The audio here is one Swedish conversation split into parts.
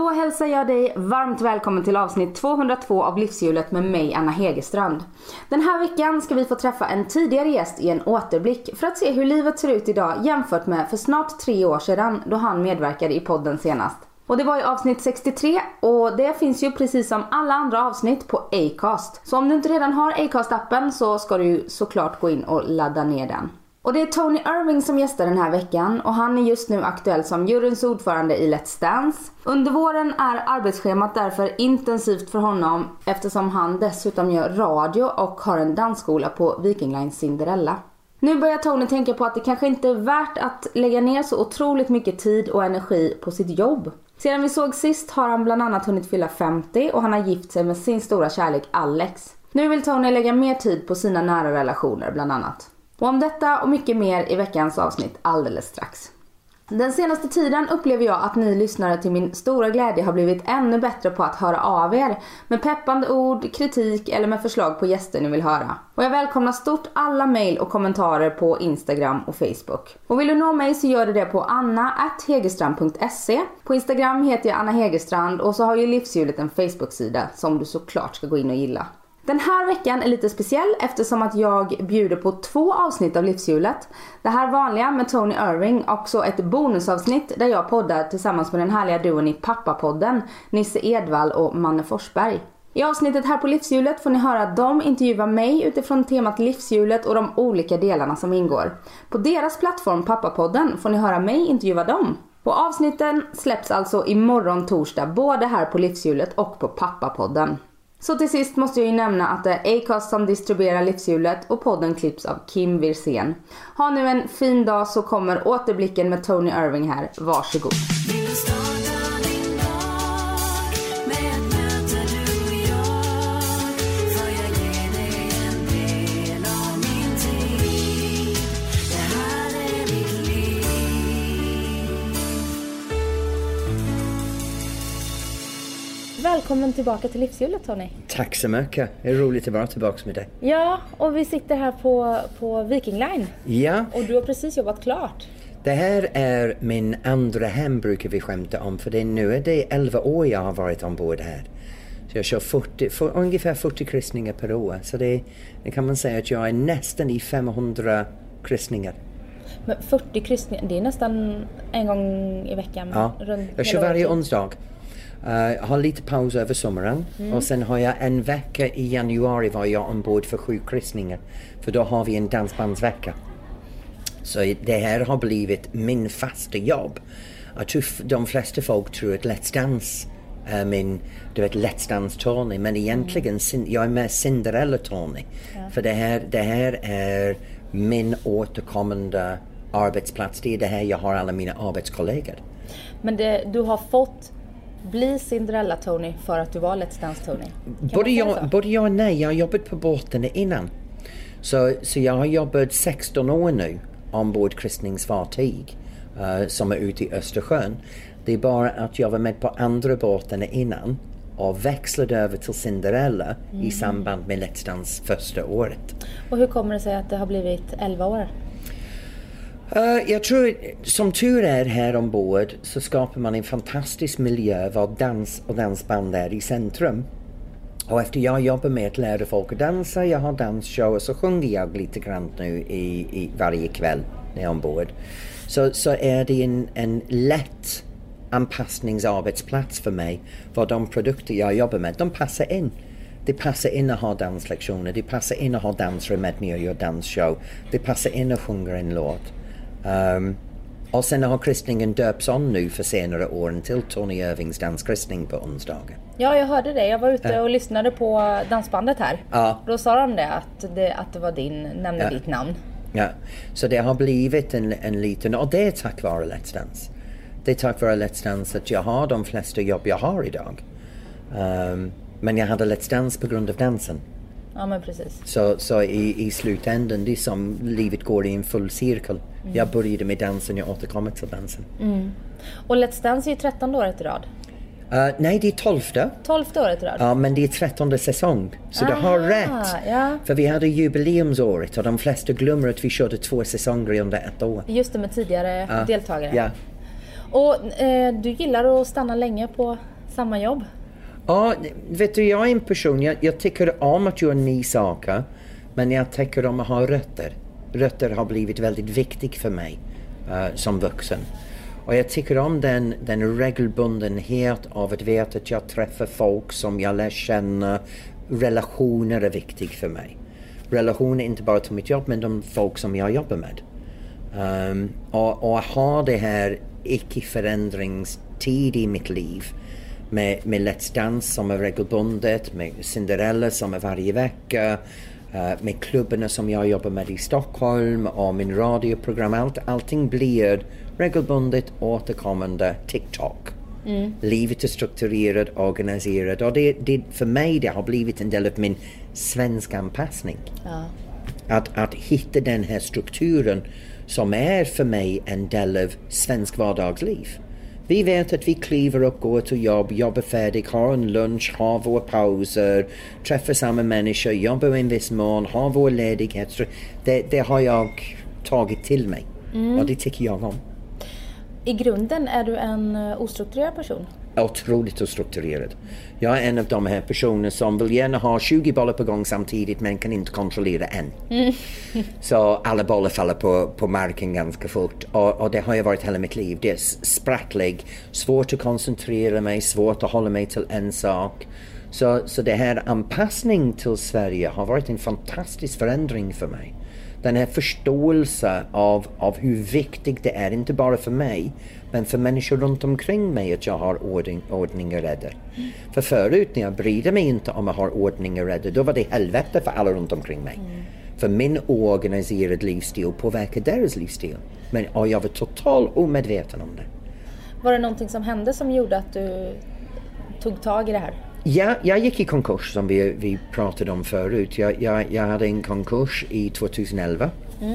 Då hälsar jag dig varmt välkommen till avsnitt 202 av Livshjulet med mig, Anna Hegerstrand. Den här veckan ska vi få träffa en tidigare gäst i en återblick för att se hur livet ser ut idag jämfört med för snart 3 år sedan då han medverkade i podden senast. Och det var i avsnitt 63 och det finns ju precis som alla andra avsnitt på Acast. Så om du inte redan har Acast-appen så ska du ju såklart gå in och ladda ner den. Och det är Tony Irving som gästar den här veckan och han är just nu aktuell som juryns ordförande i Let's Dance. Under våren är arbetsschemat därför intensivt för honom eftersom han dessutom gör radio och har en dansskola på Viking Line Cinderella. Nu börjar Tony tänka på att det kanske inte är värt att lägga ner så otroligt mycket tid och energi på sitt jobb. Sedan vi såg sist har han bland annat hunnit fylla 50 och han har gift sig med sin stora kärlek Alex. Nu vill Tony lägga mer tid på sina nära relationer bland annat. Och om detta och mycket mer i veckans avsnitt alldeles strax. Den senaste tiden upplever jag att ni lyssnare till min stora glädje har blivit ännu bättre på att höra av er med peppande ord, kritik eller med förslag på gäster ni vill höra. Och jag välkomnar stort alla mejl och kommentarer på Instagram och Facebook. Och vill du nå mig så gör du det på anna@hegerstrand.se. På Instagram heter jag Anna Hegerstrand och så har ju Livshjulet en Facebook-sida som du såklart ska gå in och gilla. Den här veckan är lite speciell eftersom att jag bjuder på 2 avsnitt av Livshjulet. Det här vanliga med Tony Irving och så ett bonusavsnitt där jag poddar tillsammans med den härliga duon i Pappapodden, Nisse Edvall och Manne Forsberg. I avsnittet här på Livshjulet får ni höra att de intervjuar mig utifrån temat Livshjulet och de olika delarna som ingår. På deras plattform Pappapodden får ni höra mig intervjua dem. Och avsnitten släpps alltså imorgon torsdag både här på Livshjulet och på Pappapodden. Så till sist måste jag ju nämna att det är Acast som distribuerar Livshjulet och podden klipps av Kim Wirsén. Ha nu en fin dag så kommer återblicken med Tony Irving här. Varsågod. Välkommen tillbaka till Livshjulet, Tony. Tack så mycket. Det är roligt att vara tillbaka med dig. Ja, och vi sitter här på Viking Line. Ja. Och du har precis jobbat klart. Det här är min andra hem brukar vi skämta om. För nu är det 11 år jag har varit ombord här. Så jag kör ungefär 40 kryssningar per år. Så det kan man säga att jag är nästan i 500 kryssningar. Men 40 kryssningar, det är nästan en gång i veckan. Ja, jag kör varje onsdag. Jag har lite paus över sommaren och sen har jag en vecka i januari var jag ombord för 7 kryssningar. För då har vi en dansbandsvecka. Så det här har blivit min fasta jobb. Jag tror de flesta folk tror att Let's Dance är min, Let's Dance Tony. Men egentligen jag är med Cinderella Tony. Ja. För det här är min återkommande arbetsplats. Det är det här jag har alla mina arbetskollegor. Men du har fått bli Cinderella Tony för att du var Let's Dance Tony? Både jag och nej. Jag har jobbat på båten innan. Så jag har jobbat 16 år nu ombord kryssningsfartyg som är ute i Östersjön. Det är bara att jag var med på andra båten innan och växlade över till Cinderella i samband med Let's Dance första året. Och hur kommer det sig att det har blivit 11 år? Jag tror som tur är här ombord så skapar man en fantastisk miljö var dans och dansband är i centrum. Och efter jag jobbar med att lära folk att dansa, jag har dansshow och så sjunger jag lite grann nu i varje kväll när jag är ombord. Så är det en lätt anpassningsarbetsplats för mig. För de produkter jag jobbar med, de passar in. Det passar in att ha danslektioner, det passar in att ha dansare med mig och göra dansshow. Det passar in att sjunga en låt. Och sen har kryssningen döps om nu för senare åren till Tony Irvings danskryssning på onsdagen. Ja, jag hörde det. Jag var ute och lyssnade på dansbandet här. Ja. Då sa de att det var nämnde ditt namn. Ja, så det har blivit en liten, och det är tack vare Let's Dance. Det är tack vare Let's Dance att jag har de flesta jobb jag har idag. Men jag hade Let's Dance på grund av dansen. Ja, men precis. Så i slutändan, det är som livet går i en full cirkel. Jag började med dansen, jag återkommer till dansen. Och Let's Dance är ju 13 året i rad. Nej, det är 12:e året i rad. Ja, men det är 13:e säsong. Så du har rätt. Ja. För vi hade jubileumsåret och de flesta glömmer att vi körde 2 säsonger under 1 år. Just det, med tidigare deltagare. Ja. Och du gillar att stanna länge på samma jobb? Ja, vet du, jag är en person, jag tycker om att göra nya saker, men jag tycker om att ha rötter. Rötter har blivit väldigt viktigt för mig som vuxen. Och jag tycker om den regelbundenhet av att veta att jag träffar folk som jag lär känna. Relationer är viktigt för mig. Relationer inte bara till mitt jobb, men de folk som jag jobbar med. Och att ha det här icke-förändringstid i mitt liv med Let's Dance som är regelbundet, med Cinderella som är varje vecka, med klubbarna som jag jobbar med i Stockholm och min radioprogram. Allting blir regelbundet, återkommande TikTok. Livet är strukturerat, organiserat, och det för mig det har blivit en del av min svenska anpassning. Att hitta den här strukturen som är för mig en del av svensk vardagsliv. Vi vet att vi kliver upp, går till jobb, jobbar färdigt, har en lunch, har våra pauser, träffar samma människor, jobbar en viss mån, har vår ledighet. Det har jag tagit till mig och det tycker jag om. I grunden är du en ostrukturerad person? Otroligt ostrukturerad. Jag är en av de här personerna som vill gärna ha 20 bollar på gång samtidigt men kan inte kontrollera en. Så alla bollar faller på marken ganska fort. Och det har ju varit hela mitt liv. Det är sprattlig, svårt att koncentrera mig, svårt att hålla mig till en sak. Så det här anpassning till Sverige har varit en fantastisk förändring för mig. Den här förståelse av hur viktigt det är, inte bara för mig, men för människor runt omkring mig att jag har ordning och reda. För förut när jag brydde mig inte om att ha ordning och reda, då var det helvete för alla runt omkring mig. För min oorganiserad livsstil påverkar deras livsstil. Och jag var totalt omedveten om det. Var det någonting som hände som gjorde att du tog tag i det här? Ja, jag gick i konkurs som vi pratade om förut. Jag hade en konkurs i 2011.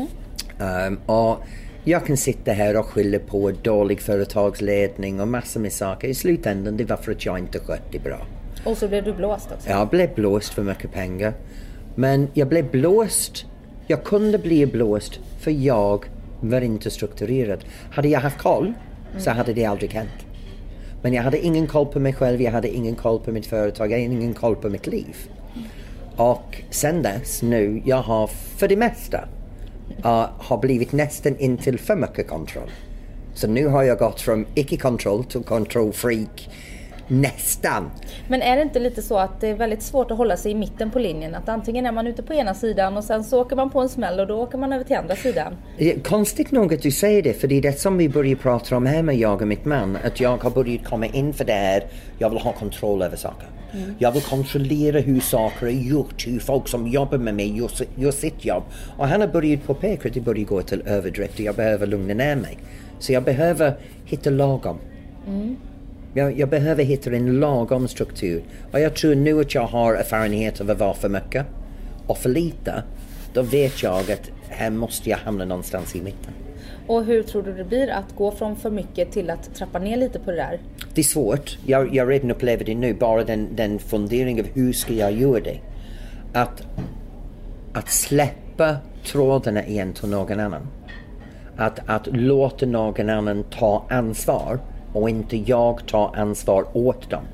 Och jag kan sitta här och skylla på dålig företagsledning och massor med saker. I slutändan det var för att jag inte skötte bra. Och så blev du blåst också? Jag blev blåst för mycket pengar. Men jag blev blåst. Jag kunde bli blåst för jag var inte strukturerad. Hade jag haft koll så hade det aldrig hänt. Men jag hade ingen koll på mig själv, jag hade ingen koll på mitt företag, jag hade ingen koll på mitt liv. Och sen dess nu, jag har för det mesta har blivit nästan intill för mycket kontroll. Så nu har jag gått från icke-kontroll till kontrollfreak. Nästan. Men är det inte lite så att det är väldigt svårt att hålla sig i mitten på linjen? Att antingen är man ute på ena sidan och sen så åker man på en smäll och då åker man över till andra sidan. Konstigt nog att du säger det, för det är det som vi börjar prata om här med jag och mitt man. Att jag har börjat komma in för det här. Jag vill ha kontroll över saker. Jag vill kontrollera hur saker är gjort, hur folk som jobbar med mig gör sitt jobb. Och han har börjat påpeka att det börjar gå till överdrift och jag behöver lugna ner mig. Så jag behöver hitta lagom. Jag behöver hitta en lagom struktur. Och jag tror nu att jag har erfarenhet av att vara för mycket och för lite. Då vet jag att här måste jag hamna någonstans i mitten. Och hur tror du det blir att gå från för mycket till att trappa ner lite på det där? Det är svårt. Jag redan upplever det nu. Bara den fundering av hur ska jag göra det. Att släppa trådarna igen till någon annan. Att låta någon annan ta ansvar. Och inte jag tar ansvar åt dem.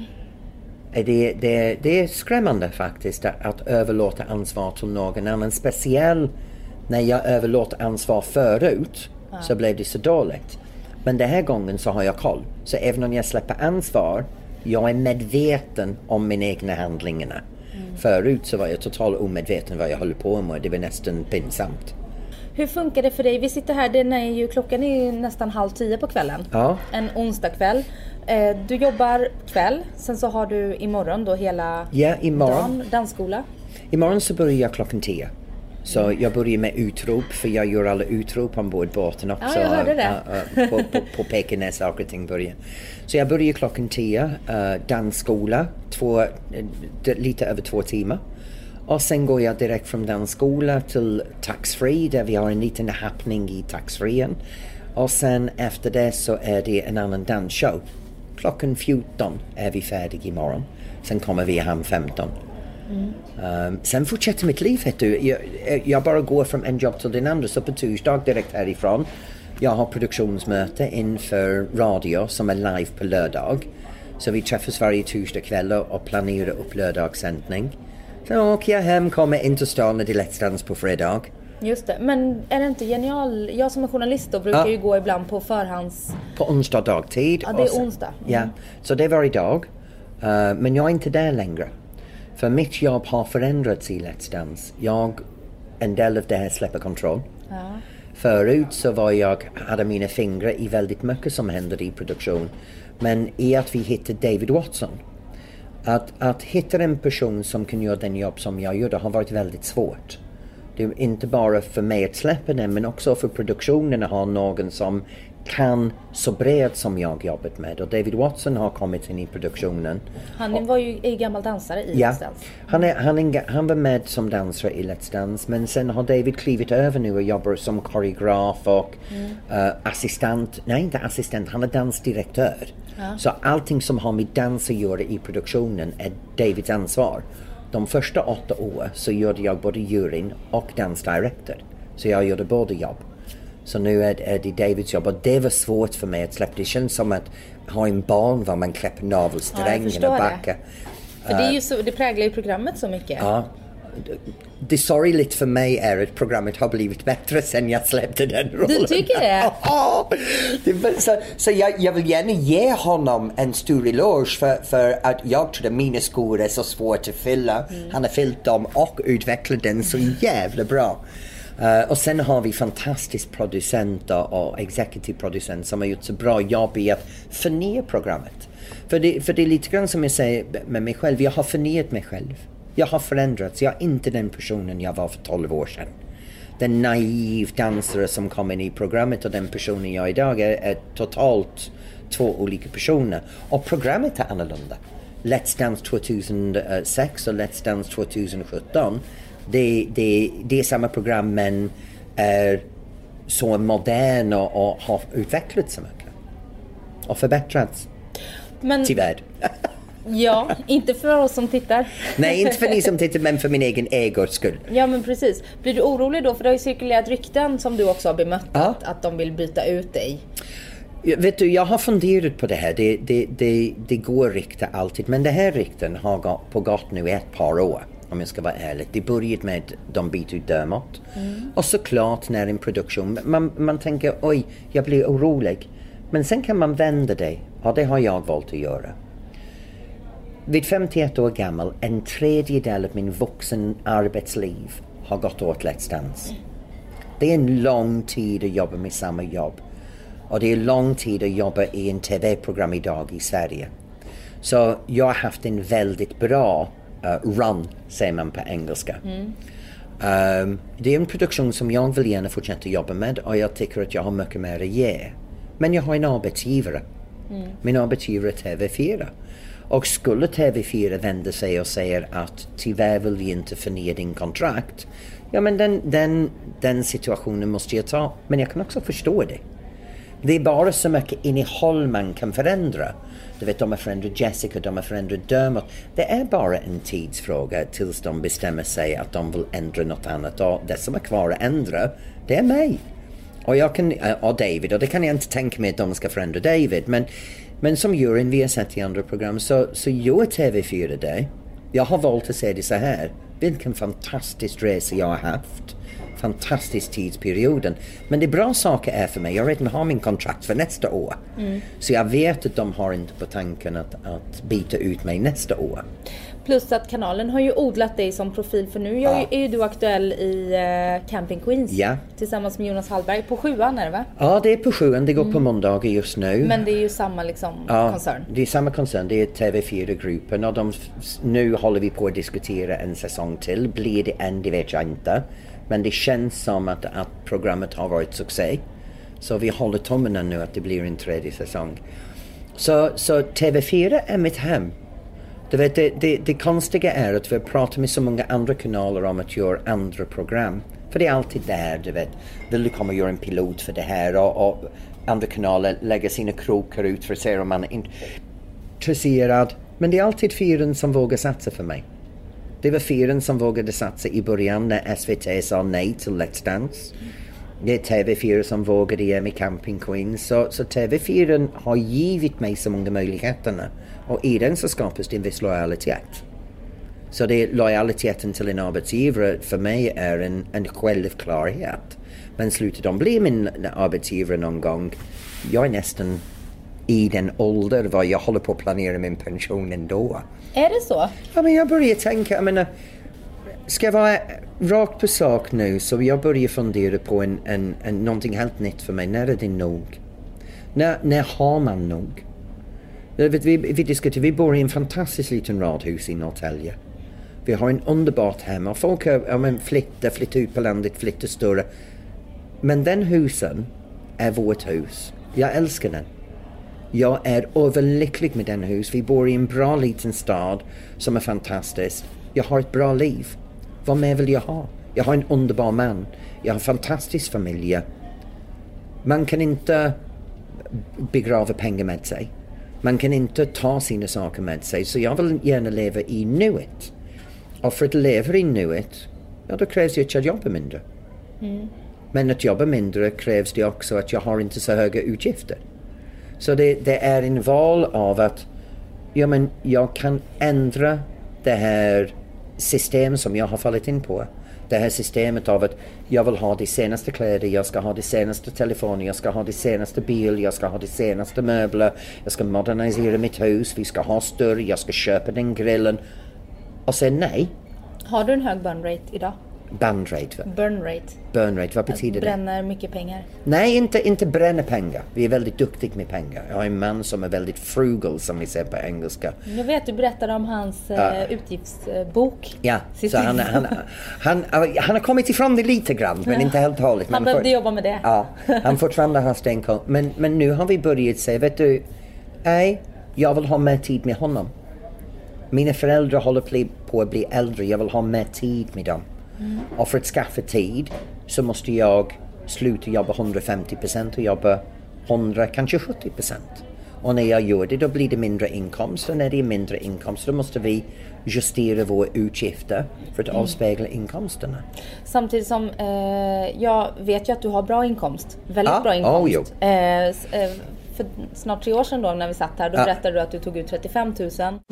Det är skrämmande faktiskt att överlåta ansvar till någon annan. Speciellt när jag överlåter ansvar förut så blev det så dåligt. Men den här gången så har jag koll. Så även om jag släpper ansvar, jag är medveten om mina egna handlingarna. Förut så var jag totalt omedveten vad jag höll på med. Det var nästan pinsamt. Hur funkar det för dig? Vi sitter här, klockan är ju nästan 9:30 på kvällen. Ja. En onsdagkväll. Du jobbar kväll, sen så har du imorgon då hela dagen dansskola. Imorgon så börjar jag klockan 10. Så jag börjar med utrop, för jag gör alla utrop ombord båten också. Ja, jag hörde det. På Peking saker och ting börjar. Så jag börjar klockan 10, dansskola, lite över 2 timmar. Och sen går jag direkt från dansskola till taxfree, där vi har en liten happening i taxfreen. Och sen efter det så är det en annan dansshow. Klockan 14 är vi färdiga imorgon. Sen kommer vi hem 15. Sen fortsätter mitt liv, vet du. Jag bara går från en jobb till den andra. Så på torsdag direkt härifrån. Jag har produktionsmöte inför radio som är live på lördag. Så vi träffas varje torsdagkväll och planerar upp lördagssändning. Så åker jag hem, kommer in till stan när det är Let's Dance på fredag. Just det, men är det inte genial? Jag som är journalist då brukar ju gå ibland på förhands... På onsdag dagtid. Ja, det är onsdag. Ja, så det är varje dag. Men jag är inte där längre. För mitt jobb har förändrats i Let's Dance. En del av det här släpper kontroll. Ja. Förut så hade mina fingrar i väldigt mycket som händer i produktion. Men i att vi hittade David Watson. Att hitta en person som kan göra den jobb som jag gjorde har varit väldigt svårt. Det är inte bara för mig att släppa den, men också för produktionen att ha någon som kan så bred som jag jobbat med. Och David Watson har kommit in i produktionen. Han var ju gammal dansare i Let's Dance. Han var med som dansare i Let's Dance, men sen har David klivit över nu och jobbar som koreograf och assistent. Nej, inte assistent, han är dansdirektör. Ja. Så allting som har med dans att göra i produktionen är Davids ansvar. De första 8 år så gjorde jag både juryn och dansdirektor. Så jag gjorde både jobb. Så nu är det Davids jobb. Och det var svårt för mig att släppa. Det känns som att ha en barn var man kläpper navelsträngen och backar. För det är ju så, det präglar ju programmet så mycket. Ja. Det sorgligt för mig är att programmet har blivit bättre sen jag släppte den rollen. Du tycker det? Så jag vill gärna ge honom en stor eloge för att jag tror att mina skor är så svårt att fylla. Han har fyllt dem och utvecklat den så jävla bra. Och sen har vi fantastisk producent och executive producent som har gjort så bra jobb i att förnya programmet. För det är lite grann som jag säger med mig själv. Jag har förnyat mig själv. Jag har förändrats. Jag är inte den personen jag var för 12 år sedan. Den naiv dansare som kom in i programmet och den personen jag idag är totalt 2 olika personer. Och programmet är annorlunda. Let's Dance 2006 och Let's Dance 2017. Det är samma program men är så modern och har utvecklats så mycket. Och förbättrats. Tyvärr. Ja, inte för oss som tittar. Nej, inte för ni som tittar, men för min egen egos skull. Ja, men precis. Blir du orolig då? För det har ju cirkulerat rykten som du också har bemött att de vill byta ut dig. Vet du, jag har funderat på det här. Det går rykte alltid. Men det här rykten har gått nu 1 par år. Om jag ska vara ärlig. Det började med de byter ut Dermot. Och såklart när en produktion. Man tänker, oj, jag blir orolig. Men sen kan man vända det. Och det har jag valt att göra. Vid 51 år gammal, 1/3 av min vuxen arbetsliv har gått åt Let's Dance. Det är en lång tid att jobba med samma jobb. Och det är lång tid att jobba i en tv-program idag i Sverige. Så jag har haft en väldigt bra run, säger man på engelska. Det är en produktion som jag vill gärna fortsätta jobba med. Och jag tycker att jag har mycket mer att ge. Men jag har en arbetsgivare. Min arbetsgivare är TV4. Och skulle TV4 vända sig och säger att tyvärr vill vi inte förnya din kontrakt. Ja, men den situationen måste jag ta. Men jag kan också förstå det. Det är bara så mycket innehåll man kan förändra. Du vet, de har förändrat Jessica, de har förändrat Dermot. Det är bara en tidsfråga tills de bestämmer sig att de vill ändra något annat. Och det som är kvar att ändra, det är mig. Och David, och det kan jag inte tänka mig att de ska förändra David. Men som juryn vi har sett i andra program så gör TV4 det. Jag har valt att säga det så här. Vilken fantastisk resa jag har haft. Fantastisk tidsperioden. Men det bra saker är för mig. Jag redan har min kontrakt för nästa år. Så jag vet att de har inte på tanken att byta ut mig nästa år. Plus att kanalen har ju odlat dig som profil. För nu är ju du aktuell i Camping Queens. Ja. Tillsammans med Jonas Hallberg. På 7:an är det va? Ja, det är på 7:an. Det går på måndagar just nu. Men det är ju samma koncern. Det är samma koncern. Det är TV4-gruppen. Och nu håller vi på att diskutera en säsong till. Blir det en, det vet jag inte. Men det känns som att programmet har varit succé. Så vi håller tummarna nu att det blir en 3:e säsong. Så TV4 är mitt hem. Du vet, det konstiga är att vi pratar med så många andra kanaler om att göra andra program. För det är alltid där, du vet. Vill du komma och göra en pilot för det här? Och andra kanaler lägger sina krokar ut för att se om man är intresserad. Men det är alltid 4 som vågar satsa för mig. Det var 4 som vågade satsa i början när SVT sa nej till Let's Dance. Det är TV4 som vågade ge mig Camping Queen. Så TV4 har givit mig så många möjligheterna. Och i den så skapas det en viss lojalitet. Så det är lojaliteten till en arbetsgivare för mig är en självklarhet. Men slutar de bli min arbetsgivare någon gång, jag är nästan i den ålder var jag håller på att planera min pension ändå. Är det så? Ja, men jag börjar tänka, jag menar, ska jag vara rakt på sak nu, så jag börjar fundera på någonting helt nytt för mig. När är det nog? När har man nog? Vi diskuterar, vi bor i en fantastisk liten radhus i Norrtälje. Vi har en underbart hem och folk flyttar ut på landet, flyttar större. Men den husen är vårt hus. Jag älskar den. Jag är överlycklig med den hus. Vi bor i en bra liten stad som är fantastisk. Jag har ett bra liv. Vad mer vill jag ha? Jag har en underbar man. Jag har en fantastisk familj. Man kan inte begrava pengar med sig. Man kan inte ta sina saker med sig. Så jag vill gärna leva i nuet. Och för att leva i nuet, då krävs det att jag jobbar mindre. Men att jobba mindre krävs det också att jag har inte så höga utgifter. Så det är en val av att jag kan ändra det här system som jag har fallit in på. Det här systemet av att jag vill ha de senaste kläder, jag ska ha de senaste telefoner, jag ska ha de senaste bil, jag ska ha de senaste möbler, jag ska modernisera mitt hus, vi ska ha större, jag ska köpa den grillen. Och sen nej. Har du en hög burn rate idag? Burn rate. Burn rate, vad betyder det? Bränner mycket pengar. Nej, inte bränna pengar. Vi är väldigt duktiga med pengar. Jag har en man som är väldigt frugal, som vi säger på engelska. Jag vet, du berättade om hans utgiftsbok. Ja, så han har kommit ifrån det lite grann, men inte helt hålligt. Han behövde jobba med det. Ja, han fortfarande har stenkoll. Men nu har vi börjat säga, vet du, jag vill ha mer tid med honom. Mina föräldrar håller på att bli äldre. Jag vill ha mer tid med dem. Och för att skaffa tid så måste jag sluta jobba 150% och jobba 100, kanske 70%. Och när jag gör det, då blir det mindre inkomst. Och när det är mindre inkomst, då måste vi justera våra utgifter för att avspegla inkomsterna. Samtidigt som jag vet ju att du har bra inkomst. Väldigt bra inkomst. För snart 3 år sedan då, när vi satt här, då berättade du att du tog ut 35 000.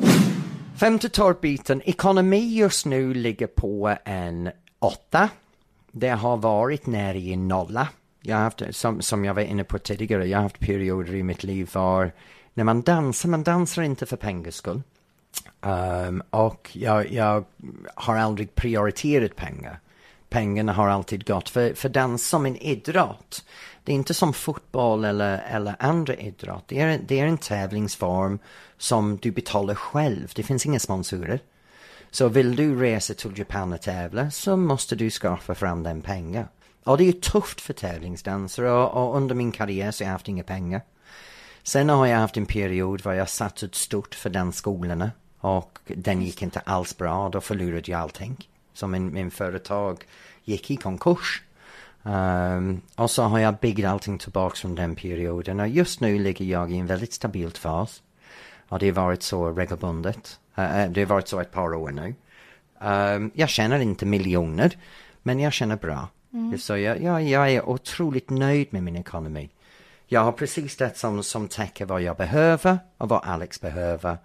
Femte torpbiten, ekonomi just nu ligger på en 8. Det har varit nära i 0. Jag har haft, som jag var inne på tidigare, jag har haft perioder i mitt liv var när man dansar inte för pengars skull. Och jag har aldrig prioriterat pengar. Pengarna har alltid gått för dans som en idrott. Det är inte som fotboll eller andra idrott. Det är en tävlingsform som du betalar själv. Det finns inga sponsorer. Så vill du resa till Japan och tävla, så måste du skaffa fram den pengar. Och det är tufft för tävlingsdansare, och under min karriär så har jag haft inga pengar. Sen har jag haft en period där jag satsat stort för dansskolorna, och den gick inte alls bra. Då förlorade jag allting. Så min företag gick i konkurs. Och så har jag byggt allting tillbaka från den perioden. Och just nu ligger jag i en väldigt stabilt fas. Och det har varit så regelbundet. Det har varit så ett par år nu. Jag tjänar inte miljoner, men jag tjänar bra. Så jag är otroligt nöjd med min ekonomi. Jag har precis det som täcker vad jag behöver och vad Alex behöver.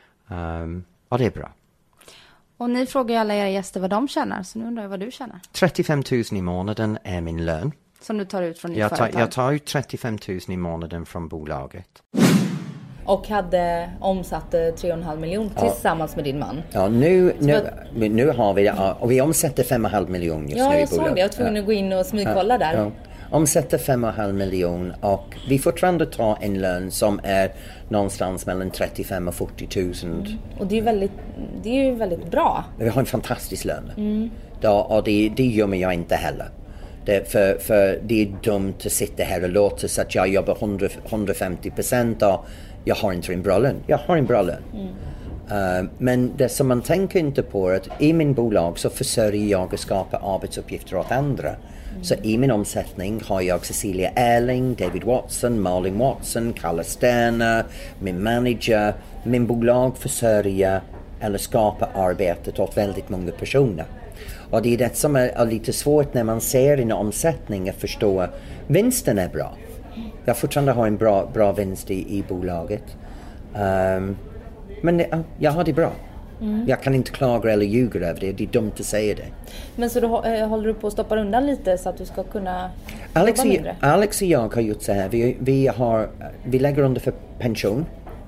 Och det är bra. Och ni frågar ju alla era gäster vad de tjänar, så nu undrar jag vad du tjänar. 35 000 i månaden är min lön. Som du tar ut från ditt företag? Jag tar ut 35 000 i månaden från bolaget. Och hade omsatt 3,5 miljoner tillsammans med din man. Ja, nu har vi det. Och vi omsätter 5,5 miljoner just nu i bolaget. Ja, jag såg det. Jag var tvungen att gå in och smygkolla där. Ja. Omsätter 5,5 miljoner, och vi fortfarande tar en lön som är någonstans mellan 35 och 40 000. Och det är ju väldigt bra. Vi har en fantastisk lön. Och det gör jag inte heller. För det är dumt att sitta här och låta så att jag jobbar 150% och jag har inte en bra lön. Jag har en bra lön. Men det som man tänker inte på är att i min bolag så försöker jag att skapa arbetsuppgifter åt andra. Så i min omsättning har jag Cecilia Erling, David Watson, Malin Watson, Kalle Sterner, min manager. Min bolag försörjer eller skapa arbetet åt väldigt många personer. Och det är det som är lite svårt när man ser en omsättning att förstå. Vinsten är bra. Jag fortfarande har en bra vinst i bolaget. Men jag har det bra. Jag kan inte klaga eller ljuga över det. Det är dumt att säga det. Men så då håller du på att stoppa undan lite så att du ska kunna Alex jobba mindre? Alex och jag har gjort så här. Vi lägger under för pension.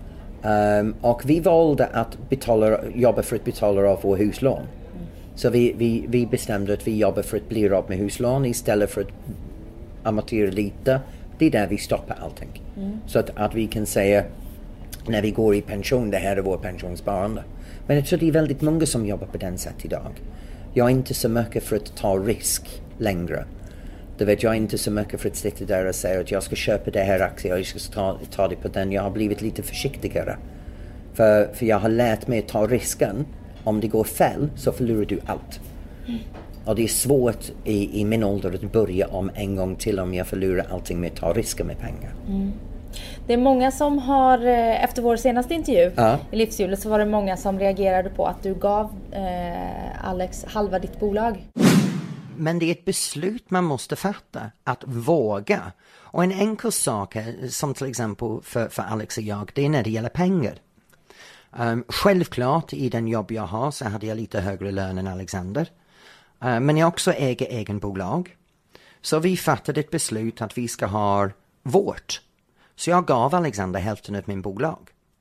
Och vi valde att jobba för att betala av vår huslån. Så vi bestämde att vi jobbar för att bli av med huslån istället för att amortera lite. Det är där vi stoppar allting. Så att vi kan säga när vi går i pension, det här är vår pensionssparande. Men jag tror det är väldigt många som jobbar på den sätt idag. Jag är inte så mycket för att ta risk längre. Jag är inte så mycket för att sitta där och säga att jag ska köpa det här aktier och jag ska ta det på den. Jag har blivit lite försiktigare. För jag har lärt mig att ta risken. Om det går fel så förlorar du allt. Och det är svårt i min ålder att börja om en gång till om jag förlorar allting med att ta risker med pengar. Det är många som har, efter vår senaste intervju i Livshjulet, så var det många som reagerade på att du gav Alex halva ditt bolag. Men det är ett beslut man måste fatta, att våga. Och en enkel sak som till exempel för Alex och jag, det är när det gäller pengar. Självklart i den jobb jag har så hade jag lite högre lön än Alexander. Men jag också äger egen bolag. Så vi fattade ett beslut att vi ska ha vårt. Så jag gav Alexander hälften av min bolag.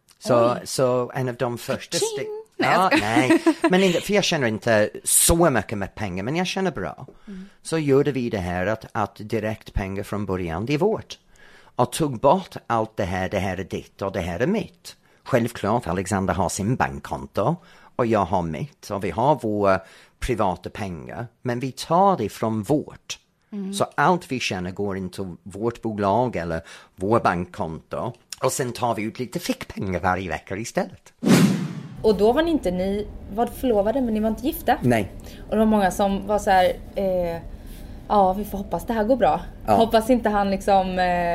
Så en av de första nej. Men för jag känner inte så mycket med pengar, men jag känner bra. Så gjorde vi det här att direkt pengar från början, det är vårt. Och tog bort allt det här är ditt och det här är mitt. Självklart, Alexander har sin bankkonto och jag har mitt. Och vi har våra privata pengar, men vi tar det från vårt. Så allt vi tjänar går inte vårt bolag eller vår bankkonto. Och sen tar vi ut lite fickpengar varje vecka istället. Och då var ni var förlovade, men ni var inte gifta? Nej. Och det var många som var så här, vi får hoppas det här går bra. Ja. Hoppas inte han liksom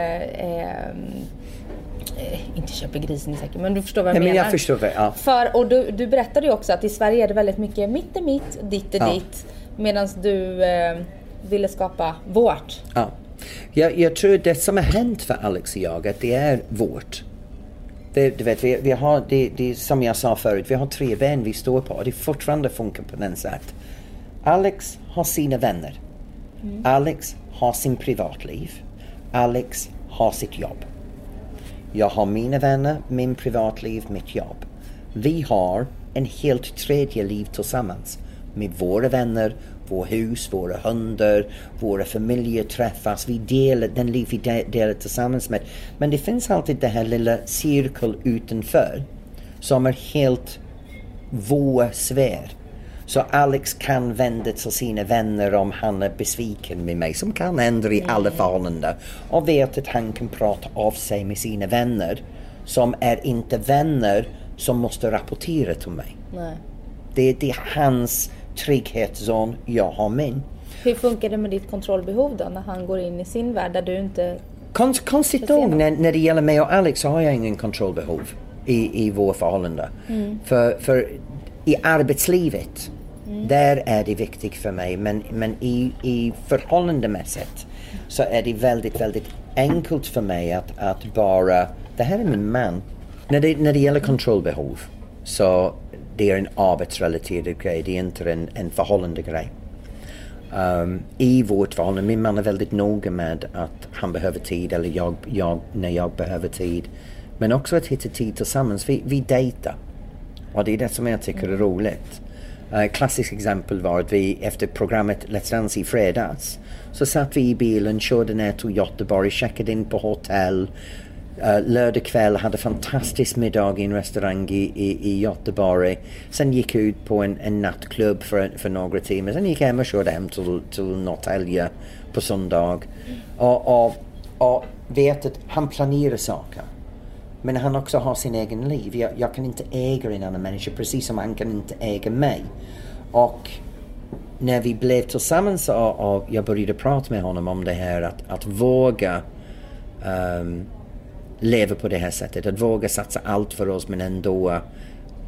inte köper grisen säkert, men du förstår vad jag menar. Men jag förstår det, och du berättade ju också att i Sverige är det väldigt mycket mitt är mitt, ditt är ditt. Medan du ville skapa vårt. Ja. Jag tror det som har hänt för Alex och jag, att det är vårt. Du vet, vi har det som jag sa förut, vi har 3 ben vi står på och det fortfarande funkar på den sätt. Alex har sina vänner. Alex har sin privatliv. Alex har sitt jobb. Jag har mina vänner, min privatliv, mitt jobb. Vi har en helt tredje liv tillsammans med våra vänner, våra hus, våra hundar, våra familjer träffas. Vi delar den liv vi delar tillsammans med. Men det finns alltid det här lilla cirkel utanför som är helt vår sfär. Så Alex kan vända till sina vänner om han är besviken med mig, som kan ändra i alla förhållanden. Och vet att han kan prata av sig med sina vänner som är inte vänner som måste rapportera till mig. Nej. Det är hans trygghetszon, jag har min. Hur funkar det med ditt kontrollbehov då när han går in i sin värld där du inte... Konstigt nog när det gäller mig och Alex så har jag ingen kontrollbehov i vår förhållande. För i arbetslivet där är det viktigt för mig, men i förhållandemässigt så är det väldigt, väldigt enkelt för mig att bara, det här är min man. När det gäller kontrollbehov så det är en arbetsrelaterad grej, det är inte en förhållande grej. I vårt förhållande, min man är väldigt noga med att han behöver tid, eller jag när jag behöver tid. Men också att hitta tid tillsammans, vi dejtar. Och det är det som jag tycker är roligt. Klassiskt exempel var att vi efter programmet Let's Dance i fredags så satt vi i bilen, körde ner till Göteborg, checkade in på hotell. Lördag kväll hade fantastisk middag i en restaurang i Göteborg. Sen gick ut på en nattklubb för några timmar. Sen gick hem och körde hem till Norrtälje på söndag. Och vet att han planerar saker. Men han också har sin egen liv. Jag kan inte äga en annan människa precis som han kan inte äga mig. Och när vi blev tillsammans och jag började prata med honom om det här att våga leva på det här sättet. Att våga satsa allt för oss men ändå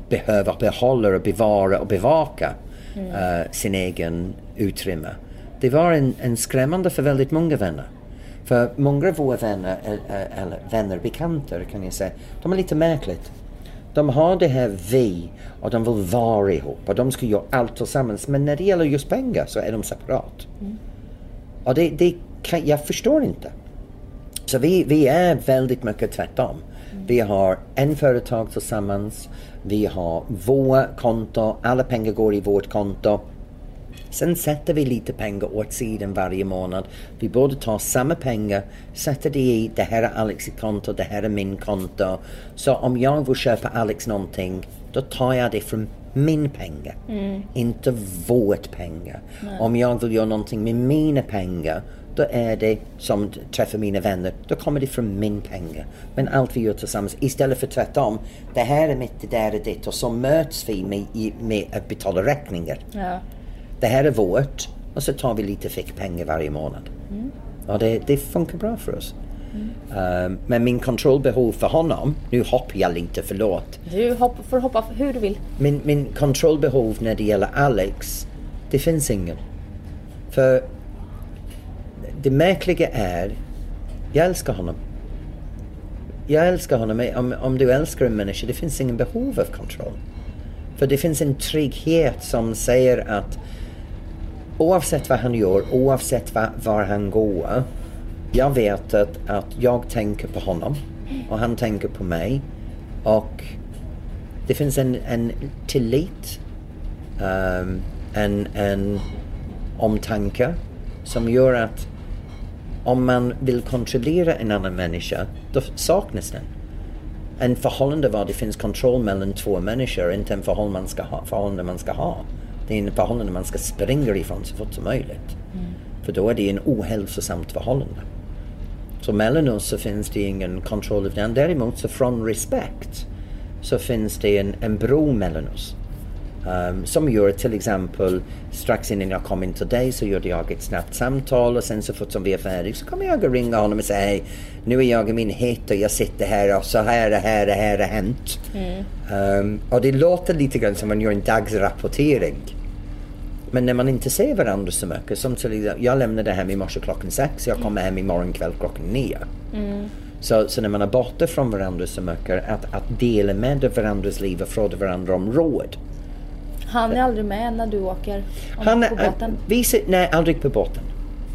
behöver behålla och bevara och bevaka sin egen utrymme. Det var en skrämmande för väldigt många vänner. För många av våra vänner, eller vänner, bekanter kan jag säga, de är lite märkligt. De har det här vi och de vill vara ihop och de ska göra allt tillsammans. Men när det gäller just pengar så är de separat. Och jag förstår inte. Så vi är väldigt mycket tvärtom. Vi har en företag tillsammans. Vi har våra konto. Alla pengar går i vårt konto. Sen sätter vi lite pengar åt sidan varje månad. Vi borde ta samma pengar, sätter det i, det här är Alex konto, det här är min konto. Så om jag vill köpa Alex någonting, då tar jag det från min pengar, inte vårt pengar. Om jag vill göra någonting med mina pengar, då är det som träffar mina vänner, då kommer det från min pengar. Men allt vi gör tillsammans, istället för tvärtom, det här är mitt, det där är ditt, och så möts vi med att betala räkningar. Ja. Det här är vårt, och så tar vi lite fickpengar varje månad. Och det funkar bra för oss. Men min kontrollbehov för honom, nu hoppar jag lite, förlåt. Du får hoppa hur du vill. Min kontrollbehov när det gäller Alex, det finns ingen. För det märkliga är, jag älskar honom. Om du älskar en människa, det finns ingen behov av kontroll. För det finns en trygghet som säger att oavsett vad han gör, oavsett var han går, jag vet att jag tänker på honom och han tänker på mig, och det finns en tillit, en omtanke som gör att om man vill kontrollera en annan människa, då saknas den. En förhållande var det finns kontroll mellan två människor, inte en förhållande man ska ha. Det är en förhållande man ska springa ifrån så fort som möjligt. För då är det en ohälsosamt förhållande. Så mellan oss så finns det ingen kontroll av den. Däremot så från respekt så finns det en bro mellan oss. Som gör till exempel, strax innan jag kom in till dig så gjorde jag ett snabbt samtal, och sen så fort som vi är färdiga så kommer jag att ringa honom och säga, hej, nu är jag i min hit och jag sitter här och så här har hänt. Och det låter lite grann som man gör en dagsrapportering. Men när man inte ser varandra så mycket, som till, jag lämnade hem i morse 6:00, jag kommer hem imorgon kväll 9:00. Så när man är borta från varandra så mycket, att dela med varandras liv och fråga varandra om råd. Han är aldrig med när du åker på båten? Nej, aldrig på båten.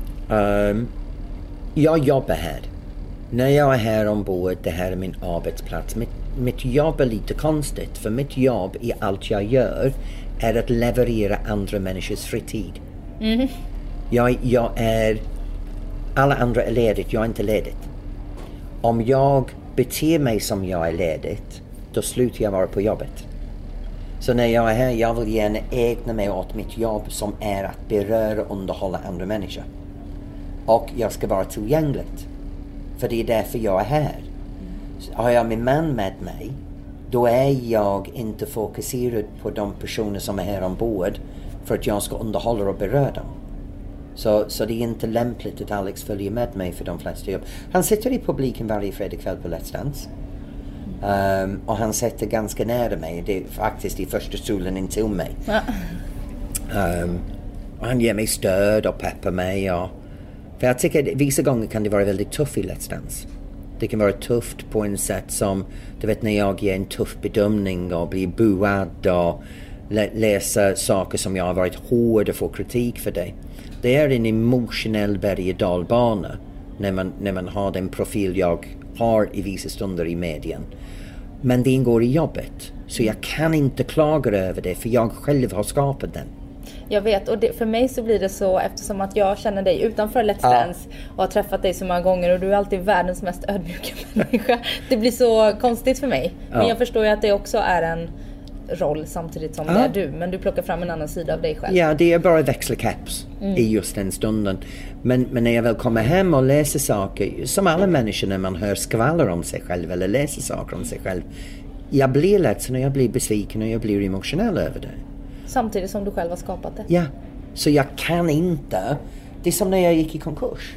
Jag jobbar här. När jag är här ombord, det här är min arbetsplats. Mitt jobb är lite konstigt, för mitt jobb i allt jag gör är att leverera andra människors fritid. Jag är, alla andra är ledigt, jag är inte ledigt. Om jag beter mig som jag är ledigt, då slutar jag vara på jobbet. Så när jag är här, jag vill gärna ägna mig åt mitt jobb som är att beröra och underhålla andra människor. Och jag ska vara tillgängligt. För det är därför jag är här. Så har jag min man med mig, då är jag inte fokuserad på de personer som är här ombord för att jag ska underhålla och beröra dem. Så det är inte lämpligt att Alex följer med mig för de flesta jobb. Han sitter i publiken varje fredagkväll på Let's Dance. Och han sitter ganska nära mig. Det är faktiskt i första stolen intill mig. Och han ger mig stöd och peppar mig. För jag tycker att vissa gånger kan det vara väldigt tufft i Let's Dance. Det kan vara tufft på en sätt som, du vet, när jag ger en tuff bedömning och blir buad och läser saker som jag har varit hård och får kritik för det. Det är en emotionell berg- och dalbana när man har den profil jag har i vissa stunder i medien. Men det ingår i jobbet. Så jag kan inte klaga över det, för jag själv har skapat den. Jag vet, och för mig så blir det så, eftersom att jag känner dig utanför Let's Dance och har träffat dig så många gånger, och du är alltid världens mest ödmjuka människa. Det blir så konstigt för mig. Men jag förstår ju att det också är en roll samtidigt som det är du, men du plockar fram en annan sida av dig själv. Ja, det är bara växelcaps i just den stunden. Men när jag väl kommer hem och läser saker, som alla människor när man hör skvaller om sig själv eller läser saker om sig själv, jag blir ledsen och jag blir besviken och jag blir emotionell över det. Samtidigt som du själv har skapat det. Ja, så jag kan inte. Det är som när jag gick i konkurs.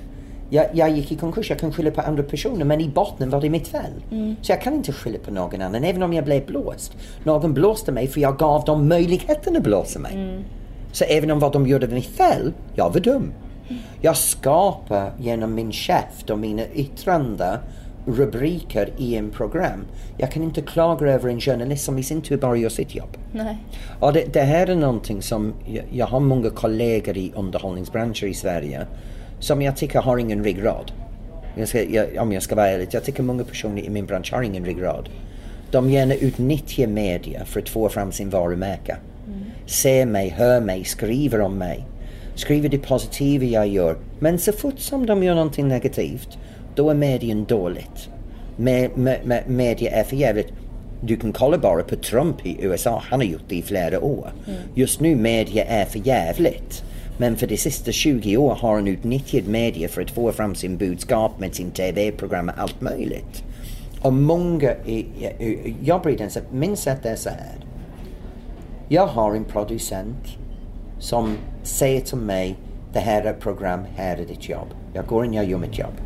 Jag gick i konkurs, jag kan skylla på andra personer, men i botten var det mitt fel. Så jag kan inte skylla på någon annan, även om jag blev blåst. Någon blåste mig för jag gav dem möjligheten att blåsa mig. Så även om vad de gjorde mitt fel, jag var dum. Jag skapar genom min käft och mina yttranden rubriker i en program. Jag kan inte klaga över en journalist som i sin tur bara gör sitt jobb. Nej. Och det här är någonting som jag har många kollegor i underhållningsbranscher i Sverige som jag tycker har ingen ryggrad. Om jag ska vara ärlig, jag tycker många personer i min bransch har ingen ryggrad. De gärna utnyttjar media för att få fram sin varumärke. Se mig, hör mig, skriver om mig. Skriver det positiva jag gör. Men så fort som de gör någonting negativt, då är medien dåligt. Media är för jävligt. Du kan kolla bara på Trump i USA. Han har gjort det i flera år. Just nu media är för jävligt. Men för de sista 20 år har han utnyttjat media för att få fram sin budskap med sin tv-program och allt möjligt. Och många, jag bryr den sig, min sätt är så här. Jag har en producent som säger till mig, det här är ett program, här är ditt jobb. Jag går in, jag gör mitt jobb.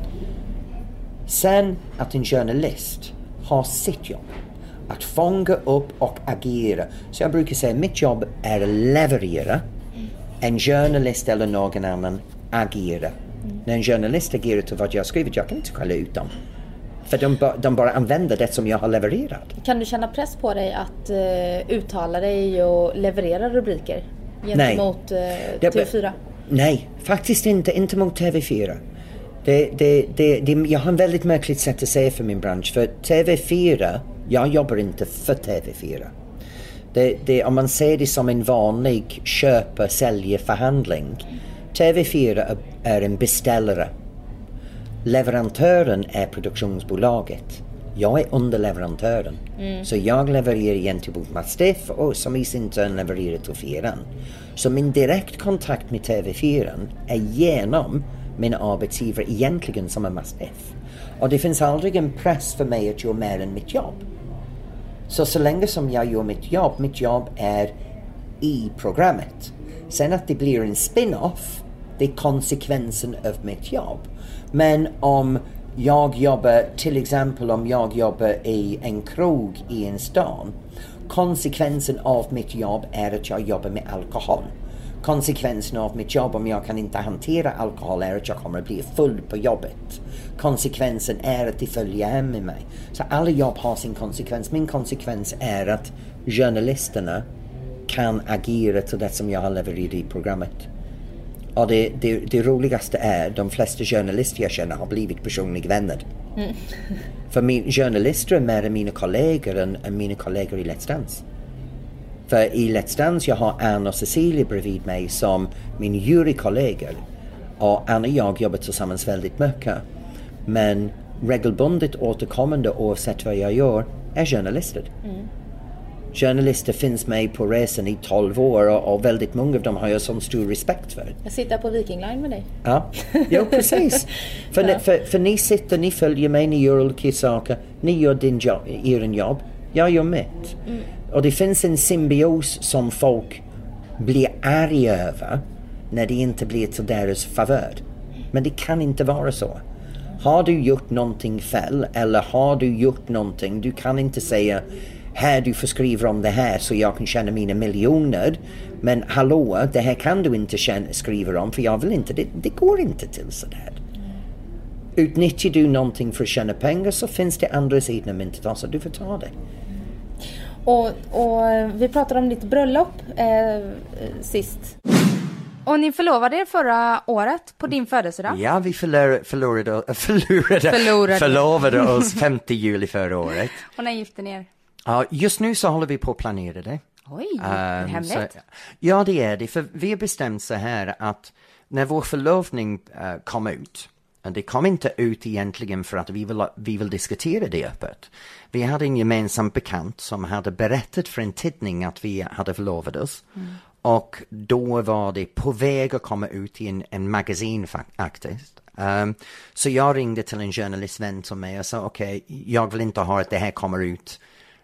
Sen att en journalist har sitt jobb. Att fånga upp och agera. Så jag brukar säga, mitt jobb är att leverera. En journalist eller någon annan agera. När en journalist agerar till vad jag har skrivit, jag kan inte skälla ut dem. För de bara använder det som jag har levererat. Kan du känna press på dig att uttala dig och leverera rubriker gentemot TV4? Nej, faktiskt inte mot TV4. Jag har en väldigt märkligt sätt att säga för min bransch. För TV4, jag jobbar inte för TV4. Om man ser det som en vanlig köpa-sälja-förhandling. TV4 är en beställare. Leverantören är produktionsbolaget. Jag är underleverantören. Så jag levererar gentemot Mastiff och som i sin tur levererar till fyran. Så min direkt kontakt med TV4 är genom mina arbetsgivare egentligen som en Mastiff. Och det finns aldrig en press för mig att göra mer än mitt jobb. Så länge som jag gör mitt jobb är i programmet. Sen att det blir en spin-off, det är konsekvensen av mitt jobb. Men om jag jobbar, till exempel om jag jobbar i en krog i en stan, konsekvensen av mitt jobb är att jag jobbar med alkohol. Konsekvensen av mitt jobb om jag kan inte hantera alkohol är att jag kommer att bli full på jobbet. Konsekvensen är att de följer hem med mig. Så alla jobb har sin konsekvens. Min konsekvens är att journalisterna kan agera till det som jag har levererat i programmet. Och det roligaste är de flesta journalister jag känner har blivit personliga vänner. För min journalister är mer än mina kollegor än mina kollegor i Let's Dance. För i Let's Dance jag har Anna och Cecilia bredvid mig som min jurykollegor. Och Anna och jag jobbar tillsammans väldigt mycket. Men regelbundet återkommande oavsett vad jag gör är journalister. Journalister finns med på resan i 12 år och väldigt många av dem har jag sån stor respekt för. Jag sitter på Viking Line med dig. Ja, precis. För ni följer mig, ni gör olika saker. Ni gör er jobb, jag gör mitt. Och det finns en symbios som folk blir arga över när det inte blir till deras favör. Men det kan inte vara så. Har du gjort någonting fel eller har du gjort någonting, du kan inte säga här du får skriva om det här så jag kan tjäna mina miljoner. Men hallå, det här kan du inte skriva om för jag vill inte, det går inte till sådär. Utnyttjar du någonting för att tjäna pengar så finns det andra sidan av myntet, så du får ta det. Och vi pratade om ditt bröllop sist. Och ni förlovade er förra året på din födelsedag? Ja, vi förlovade oss 5 juli förra året. Och när gifte ni er? Ja, just nu så håller vi på att planera det. Oj, det är hemligt. Ja, det är det. För vi har bestämt så här att när vår förlovning kom ut, det kom inte ut egentligen för att vi vill diskutera det öppet. Vi hade en gemensam bekant som hade berättat för en tidning att vi hade förlovat oss. Och då var det på väg att komma ut i en magasin faktiskt. Så jag ringde till en journalistvän som mig och sa okej, jag vill inte ha att det här kommer ut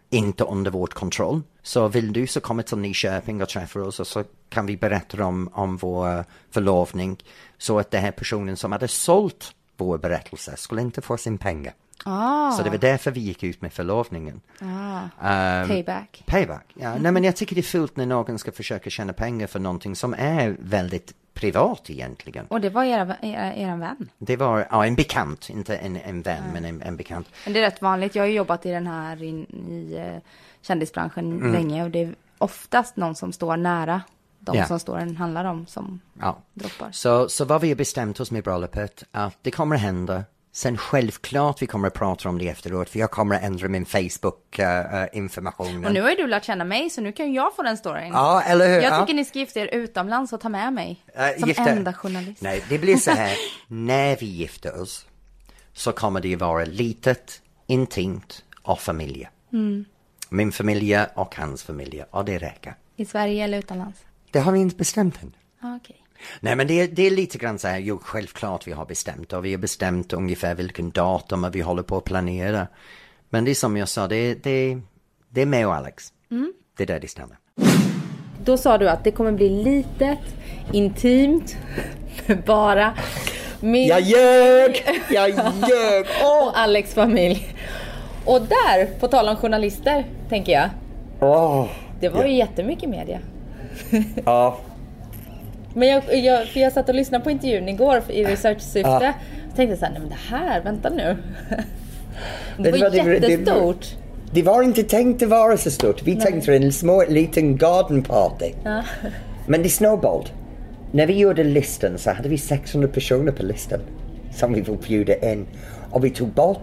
inte under vårt kontroll. Så vill du så kommer till Nyköping och träffa oss och så kan vi berätta om vår förlovning. Så att den här personen som hade sålt vår berättelse skulle inte få sin pengar. Så det var därför vi gick ut med förlovningen. Payback. Ja. Nej, men jag tycker det är fult när någon ska försöka tjäna pengar för någonting som är väldigt privat egentligen. Och det var er vän? Det var en bekant, inte en vän men en bekant. Men det är rätt vanligt, jag har ju jobbat i den här i kändisbranschen länge och det är oftast någon som står nära de som storyn handlar om som droppar. Så vad vi har bestämt oss med bröllopet att det kommer att hända. Sen självklart vi kommer att prata om det efteråt för jag kommer att ändra min Facebook-information. Och nu har ju du lärt känna mig så nu kan jag få den storyn. Ja, eller hur? Jag tycker ni ska gifta er utomlands och ta med mig som enda journalist. Nej, det blir så här. När vi gifter oss så kommer det vara litet, intimt och familj. Min familj och hans familj och det räcker. I Sverige eller utomlands? Det har vi inte bestämt än. Okej. Nej, men det är lite grann så här, jo självklart vi har bestämt och vi har bestämt ungefär vilken datum och vi håller på att planera. Men det är som jag sa, det är mig och Alex. Det är där det stämmer. Då sa du att det kommer bli litet, intimt, bara med... Jag ljög! Och Alex familj. Och där, på tal om journalister, tänker jag. Det var ju jättemycket media. Ja. Men jag satt och lyssnade på intervjun igår i researchsyfte. Så tänkte jag så här, nej men det här, vänta nu. Det var jättestort. Det var inte tänkt att vara så stort. Vi tänkte en liten garden party. Men det snowballed. När vi gjorde listan så hade vi 600 personer på listan som vi fick bjuda in. Och vi tog bort.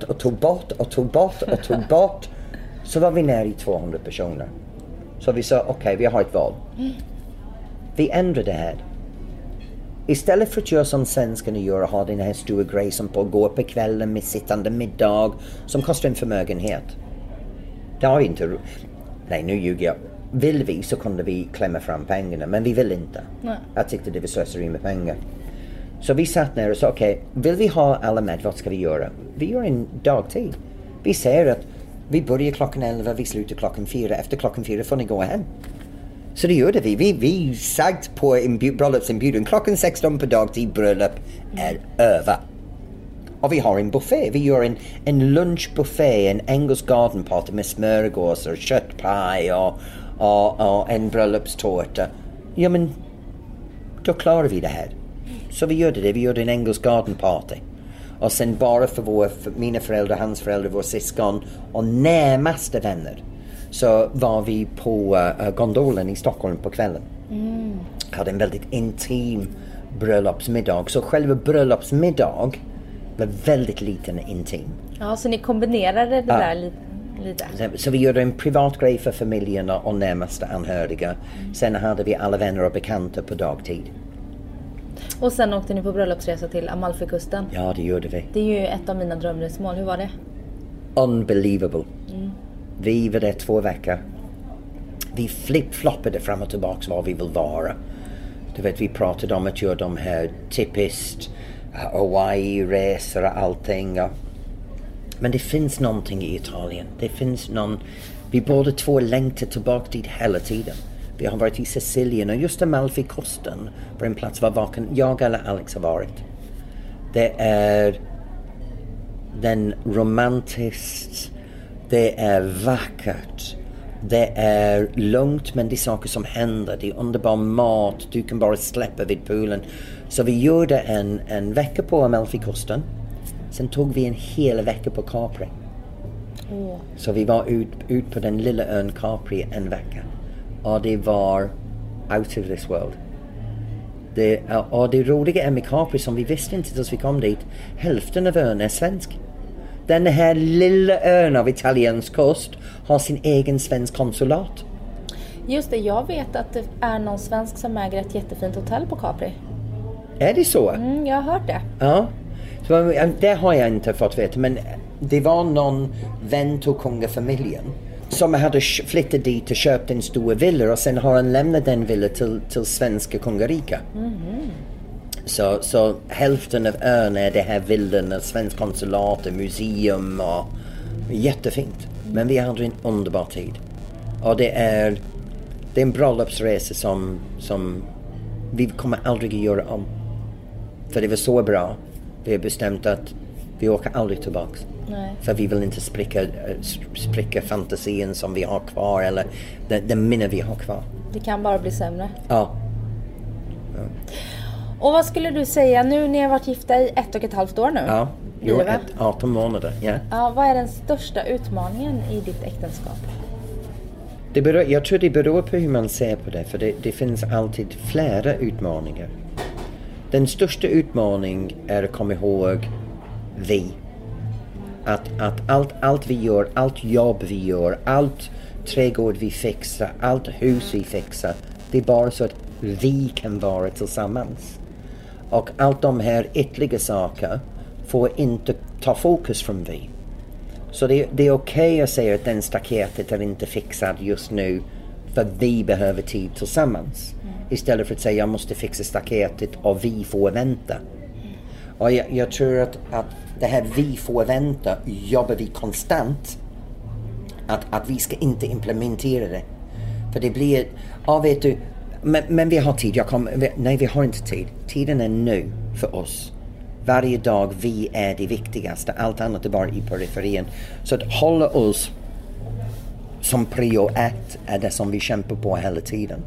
Så var vi nära i 200 personer. Så vi sa, okej, vi har ett val. Vi ändrade det här. Istället för att göra som svenskarna gör och ha den här stora grejen som pågår på kvällen med sittande middag som kostar en förmögenhet. Det har vi inte. Nej, nu ljuger jag. Vill vi så kunde vi klämma fram pengarna, men vi vill inte. Nej. Jag tyckte det var slöseri med pengar. Så vi satt ner och sa, okej, vill vi ha alla med, vad ska vi göra? Vi gör en dagtid. Vi säger att vi börjar klockan 11, vi slutar klockan 4. Efter klockan 4 får ni gå hem. Så det gjorde vi. Vi sagt på en bröllopsinbjudan klockan 16 på dagtid, bröllop är över. Och vi har en buffé. Vi gör en lunchbuffé, en engelsk garden party med smörgås och köttpaj och en bröllopstårta. Ja, men då klarar vi det här. Så vi gjorde det. Vi gjorde en engelsk garden party. Och sen bara för mina föräldrar, hans föräldrar, våra syskon och närmaste vänner. Så var vi på gondolen i Stockholm på kvällen. Hade en väldigt intim bröllopsmiddag. Så själva bröllopsmiddag var väldigt liten och intim. Ja, så ni kombinerade det där lite. Så vi gjorde en privat grej för familjerna och närmaste anhöriga. Sen hade vi alla vänner och bekanta på dagtid. Och sen åkte ni på bröllopsresa till Amalfikusten. Ja, det gjorde vi. Det är ju ett av mina drömresmål. Hur var det? Unbelievable. Vi var där 2 veckor. Vi flip-floppade fram och tillbaka var vi vill vara. Du vet, vi pratade om att göra de här typiskt Hawaii-resor och allting. Men det finns någonting i Italien. Det finns vi båda två längtar tillbaka dit hela tiden. Vi har varit i Sicilien och just Amalfikusten var en plats var varken jag eller Alex har varit. Det är den romantiskt, det är vackert, det är lugnt men det är saker som händer, det är underbar mat, du kan bara släppa vid poolen. Så vi gjorde en vecka på Amalfikusten, sen tog vi en hel vecka på Capri. Så vi var ut på den lilla ön Capri en vecka. Och det var out of this world. Det roliga är med Capri som vi visste inte tills vi kom dit. Hälften av ön är svensk. Den här lilla ön av italiensk kost har sin egen svensk konsulat. Just det, jag vet att det är någon svensk som äger ett jättefint hotell på Capri. Är det så? Jag har hört det. Ja, så det har jag inte fått veta. Men det var någon vän till kungafamiljen som hade flyttat dit och köpt en stor villa och sen har han lämnat den villa till svenska kungarika. Så hälften av ön är det här villan, svensk konsulat, museum och jättefint. Men vi hade en underbar tid. Och det är en bröllopsresa som vi kommer aldrig att göra om. För det var så bra. Vi har bestämt att vi åker aldrig tillbaka. Nej. För vi vill inte spricka fantasin som vi har kvar. Eller den minne vi har kvar. Det kan bara bli sämre. Ja. Och vad skulle du säga nu, ni har varit gifta i 1,5 år nu? Ja, 18 månader. Yeah. Ja, vad är den största utmaningen i ditt äktenskap? Jag tror det beror på hur man ser på det. För det finns alltid flera utmaningar. Den största utmaningen är att komma ihåg vi. Att allt vi gör, allt jobb vi gör, allt trädgård vi fixar, allt hus vi fixar. Det är bara så att vi kan vara tillsammans. Och allt de här ytterligare saker får inte ta fokus från vi. Så det är okej att säga att den staketet är inte fixad just nu för vi behöver tid tillsammans. Istället för att säga jag måste fixa staketet och vi får vänta. Och jag tror att det här vi får vänta jobbar vi konstant. Att vi ska inte implementera det. För det blir, vet du, men vi har tid. Nej, vi har inte tid. Tiden är nu för oss. Varje dag vi är det viktigaste. Allt annat är bara i periferin. Så att hålla oss som prio 1 är det som vi kämpar på hela tiden.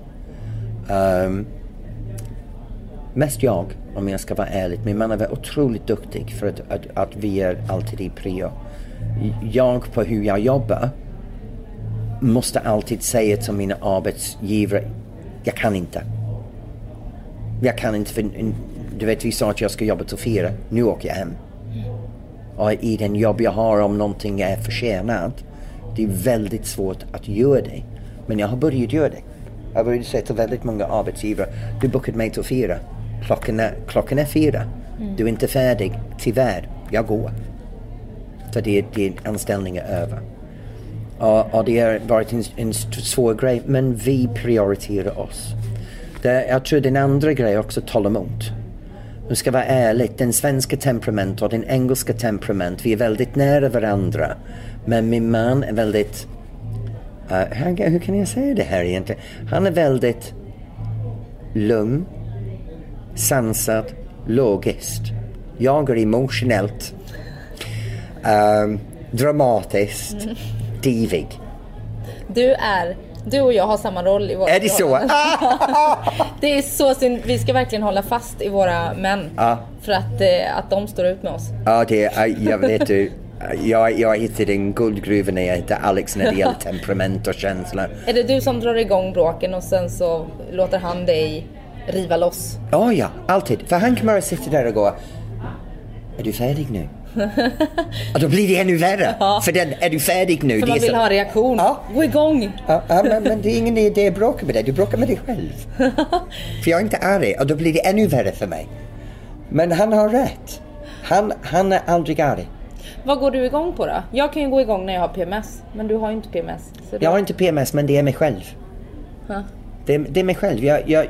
Mest jag, om jag ska vara ärlig. Min man är otroligt duktig för att vi är alltid i prio. Jag på hur jag jobbar måste alltid säga till mina arbetsgivare jag kan inte för du vet vi sa att jag ska jobba till 4, nu åker jag hem. Och i den jobb jag har om någonting är försenat, det är väldigt svårt att göra det. Men jag har börjat göra det. Jag har börjat säga till väldigt många arbetsgivare, du bokat mig till 4, klockan är 4, du är inte färdig, tyvärr, jag går. För det är anställningen över. Och det har varit en svår grej, men vi prioriterar oss. Jag tror den andra grejen också talar emot. Nu ska vara ärlig, den svenska temperament och den engelska temperament, vi är väldigt nära varandra. Men min man är väldigt, hur kan jag säga det här egentligen? Han är väldigt lugn, sansad, logiskt. Jag är emotionellt, dramatiskt, divig. Du och jag har samma roll i våra. Är det så? Det är så synd. Vi ska verkligen hålla fast i våra män. För att de står ut med oss. Ja, jag vet du. Jag hittade en guldgruva när jag hette Alex när det gäller temperament och känslor. Är det du som drar igång bråken och sen så låter han dig riva loss? Ja, alltid. För han kan bara sitta där och gå, är du färdig nu? Och då blir det ännu värre. För är du färdig nu? För man vill ha en reaktion. Gå igång. Men det är ingen idé att bråka med dig. Du bråkar med dig själv. För jag är inte arg. Och då blir det ännu värre för mig. Men han har rätt. Han är aldrig arg. Vad går du igång på då? Jag kan ju gå igång när jag har PMS. Men du har ju inte PMS. Jag har inte PMS, men det är mig själv. Det är mig själv.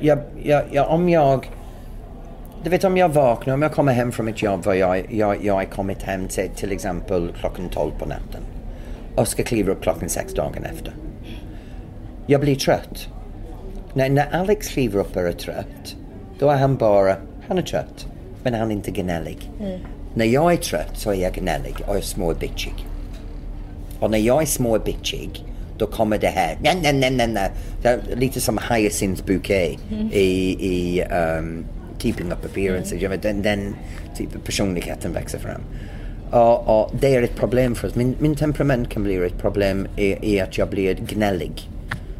Om jag vaknar, om jag kommer hem från mitt jobb och jag är kommit hem till exempel klockan 12 på natten och ska kliva upp klockan 6 dagen efter. Jag blir trött. När Alex kliver upp och är trött, då är han är trött, men han är inte gnällig. När jag är trött så är jag gnällig och är små bitchig. Och när jag är små bitchig, då kommer det här. Nej. Det är lite som Hyacinth bouquet i Keeping Up Appearances. Den typ personligheten växer fram. Och det är ett problem för oss. Min temperament kan bli ett problem i att jag blir gnällig.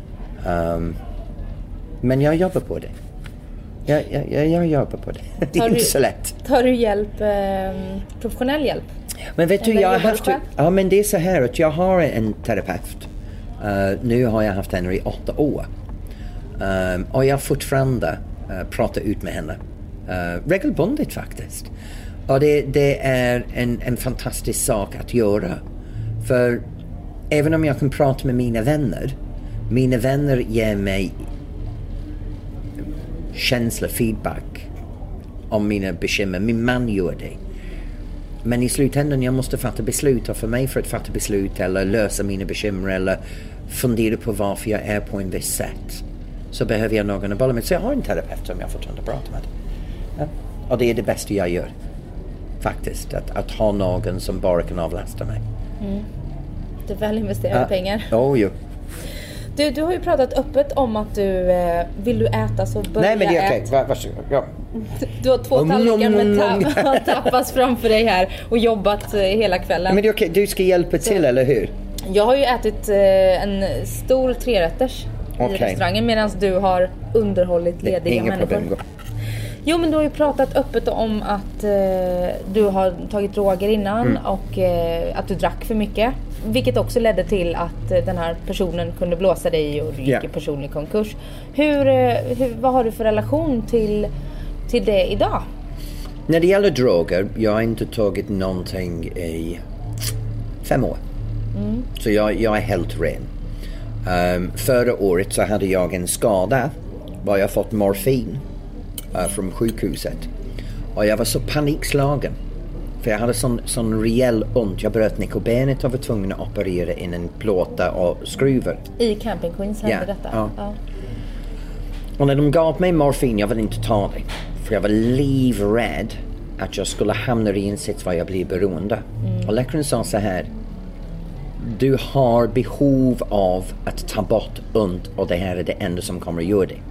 Men jag jobbar på det. Jag jobbar på det. Det är inte så lätt. Tar du hjälp, professionell hjälp? Men vet du, jag har haft... Ja, men det är så här att jag har en terapeut. Nu har jag haft henne i 8 år. Och jag fortfarande pratar ut med henne. Regelbundet faktiskt. Och det är en fantastisk sak att göra. För även om jag kan prata med mina vänner ger mig känsla, feedback om mina bekymmer. Min man gör det. Men i slutändan jag måste fatta beslut, och för mig för att fatta beslut eller lösa mina bekymmer eller fundera på varför jag är på en viss sätt, så behöver jag någon att bolla med. Så jag har en terapeut som jag får ta och prata med. Ja. Och det är det bästa jag gör. Faktiskt. Att ha någon som bara kan avlasta mig. Det är väl investerade pengar. Jo. Du har ju pratat öppet om att du vill du äta så börja. Nej, men det är okej. Varsågod. Ja. Du har 2 tallrikar med tapas framför dig här och jobbat hela kvällen. Men det är okej. Du ska hjälpa till, eller hur? Jag har ju ätit en stor 3-rätters i restaurangen medan du har underhållit lediga människor. Problem. Jo, men du har ju pratat öppet om att du har tagit droger innan och att du drack för mycket. Vilket också ledde till att den här personen kunde blåsa dig och du gick i personlig konkurs. Vad har du för relation till det idag? När det gäller droger, jag har inte tagit någonting i 5 år. Så jag är helt ren. Förra året så hade jag en skada. Var jag fått morfin från sjukhuset. Och jag var så panikslagen. För jag hade sån rejäl ont. Jag bröt nyckelbenet och var tvungen att operera in en plåta och skruvar. I Camping Queens hände detta? Ja. Och när de gav mig morfin, jag ville inte ta det. För jag var livrädd att jag skulle hamna i en sits var jag blir beroende. Och läkaren sa så här: du har behov av att ta bort ont och det här är det enda som kommer att göra det.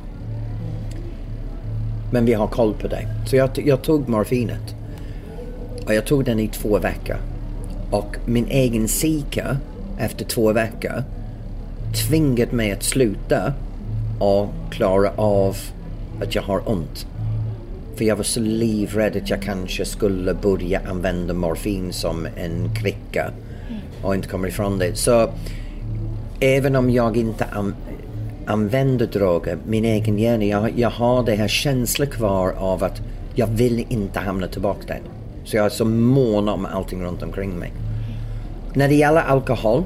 Men vi har koll på det. Så jag tog morfinet. Och jag tog den i 2 veckor. Och min egen psyke efter 2 veckor tvingade mig att sluta och klara av att jag har ont. För jag var så livrädd att jag kanske skulle börja använda morfin som en kricka och inte kommer ifrån det. Så även om jag inte använder droger, min egen hjärna, jag har det här känslan kvar av att jag vill inte hamna tillbaka där. Så jag är så mån om allting runt omkring mig. När det gäller alkohol,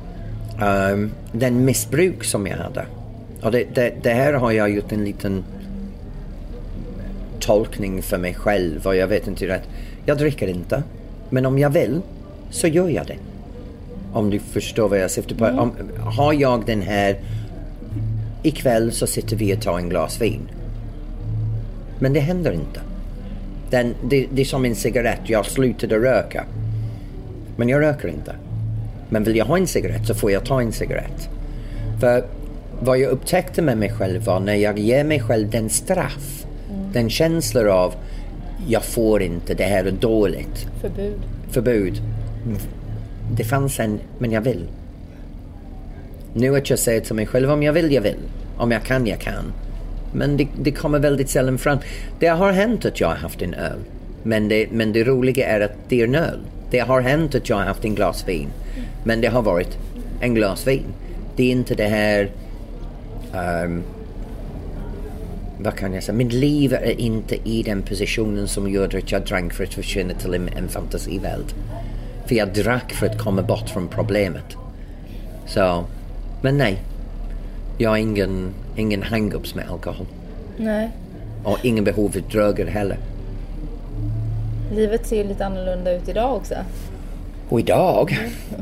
den missbruk som jag hade, och det här har jag gjort en liten tolkning för mig själv och jag vet inte rätt. Jag dricker inte, men om jag vill så gör jag det. Om du förstår vad jag syftar på. Har jag den här ikväll så sitter vi och tar en glas vin. Men det händer inte. Det är som en cigarett. Jag slutade röka. Men jag röker inte. Men vill jag ha en cigarett så får jag ta en cigarett. För vad jag upptäckte med mig själv var när jag ger mig själv den straff. Den känslan av jag får inte, det här är dåligt. Förbud. Det fanns men jag vill. Nu att jag säger till mig själv om jag vill, jag vill. Om jag kan, jag kan. Men det kommer väldigt sällan fram. Det har hänt att jag har haft en öl. Men det roliga är att det är en öl. Det har hänt att jag har haft en glas vin. Men det har varit en glas vin. Det är inte det här... vad kan jag säga? Mitt liv är inte i den positionen som gör att jag drank för att försvinna till en fantasivärld. För jag drack för att komma bort från problemet. Så, men nej. Jag har ingen hang-ups med alkohol. Nej. Och ingen behov av droger heller. Livet ser lite annorlunda ut idag också. Och idag?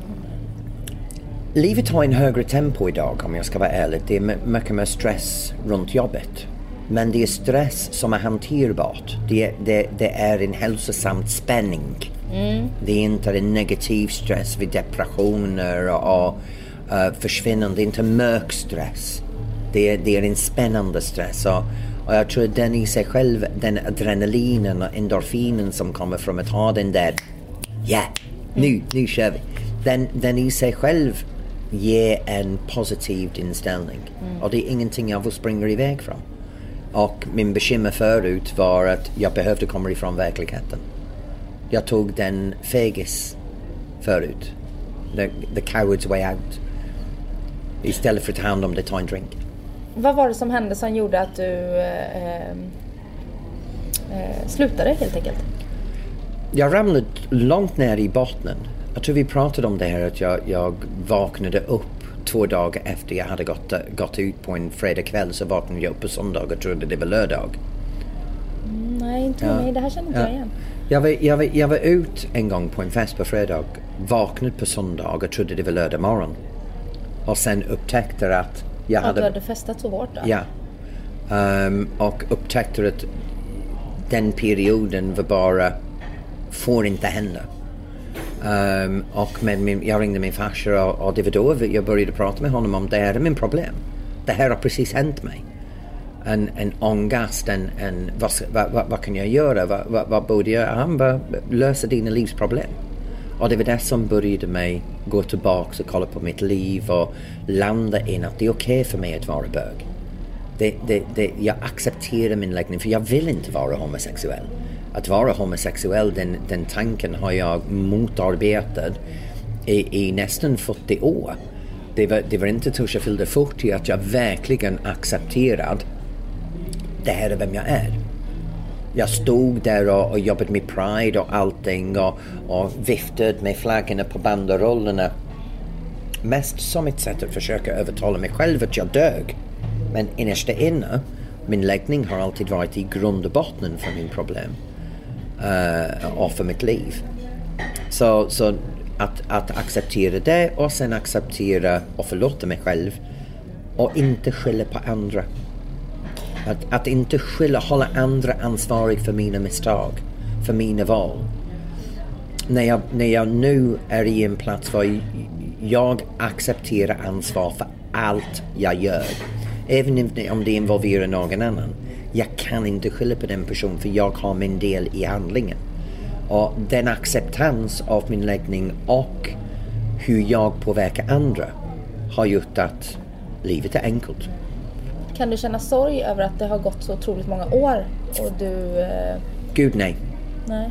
Livet har en högre tempo idag om jag ska vara ärlig. Det är mycket mer stress runt jobbet. Men det är stress som är hanterbart. Det är en hälsosam spänning. Det är inte en negativ stress vid depressioner och försvinnande. Det är inte mörk stress. Det är en spännande stress. Och jag tror att den i sig själv, den adrenalinen och endorfinen som kommer från att ha den där, nu kör vi. Den i sig själv ger en positiv inställning. Och det är ingenting jag vill springa iväg från. Och min bekymmer förut var att jag behövde komma ifrån verkligheten. Jag tog den fegis förut. The coward's way out. Istället för att ta hand om det, ta en drink. Vad var det som hände som gjorde att du slutade helt enkelt? Jag ramlade långt ner i botten. Jag tror vi pratade om det här att jag vaknade upp 2 dagar efter jag hade gått ut på en fredagkväll, så vaknade jag upp på söndag och trodde det var lördag. Nej, inte mig. Det här känner inte jag igen. Jag var ut en gång på en fest på fredag, vaknade på söndag och trodde det var lördag morgon. Och sen upptäckte att jag du hade festat så hårt då? Ja. Och upptäckte att den perioden var bara, får inte hända. Och jag ringde min farsa och det var då jag började prata med honom om det här är min problem. Det här har precis hänt mig. En ångest, vad kan jag göra? Vad borde jag? Han lösa dina livsproblem. Och det var det som började mig gå tillbaka och kolla på mitt liv och landa in att det är okej för mig att vara bög. Jag accepterar min läggning, för jag vill inte vara homosexuell. Att vara homosexuell, den tanken har jag motarbetat i nästan 40 år. Det var inte tills jag fyllde 40 att jag verkligen accepterade det här är vem jag är. Jag stod där och jobbade med Pride och allting och viftade med flaggorna på banderollerna. Mest som ett sätt att försöka övertala mig själv att jag dög. Men innerst inne, min läggning har alltid varit i grund och botten för min problem. Och för mitt liv. Så att acceptera det och sen acceptera och förlåta mig själv och inte skylla på andra. Att inte hålla andra ansvarig för mina misstag, för mina val. När jag nu är i en plats där jag accepterar ansvar för allt jag gör, även om det involverar någon annan. Jag kan inte skylla på den personen, för jag har min del i handlingen. Och den acceptans av min läggning och hur jag påverkar andra har gjort att livet är enkelt. Kan du känna sorg över att det har gått så otroligt många år och du... Gud, nej. Nej.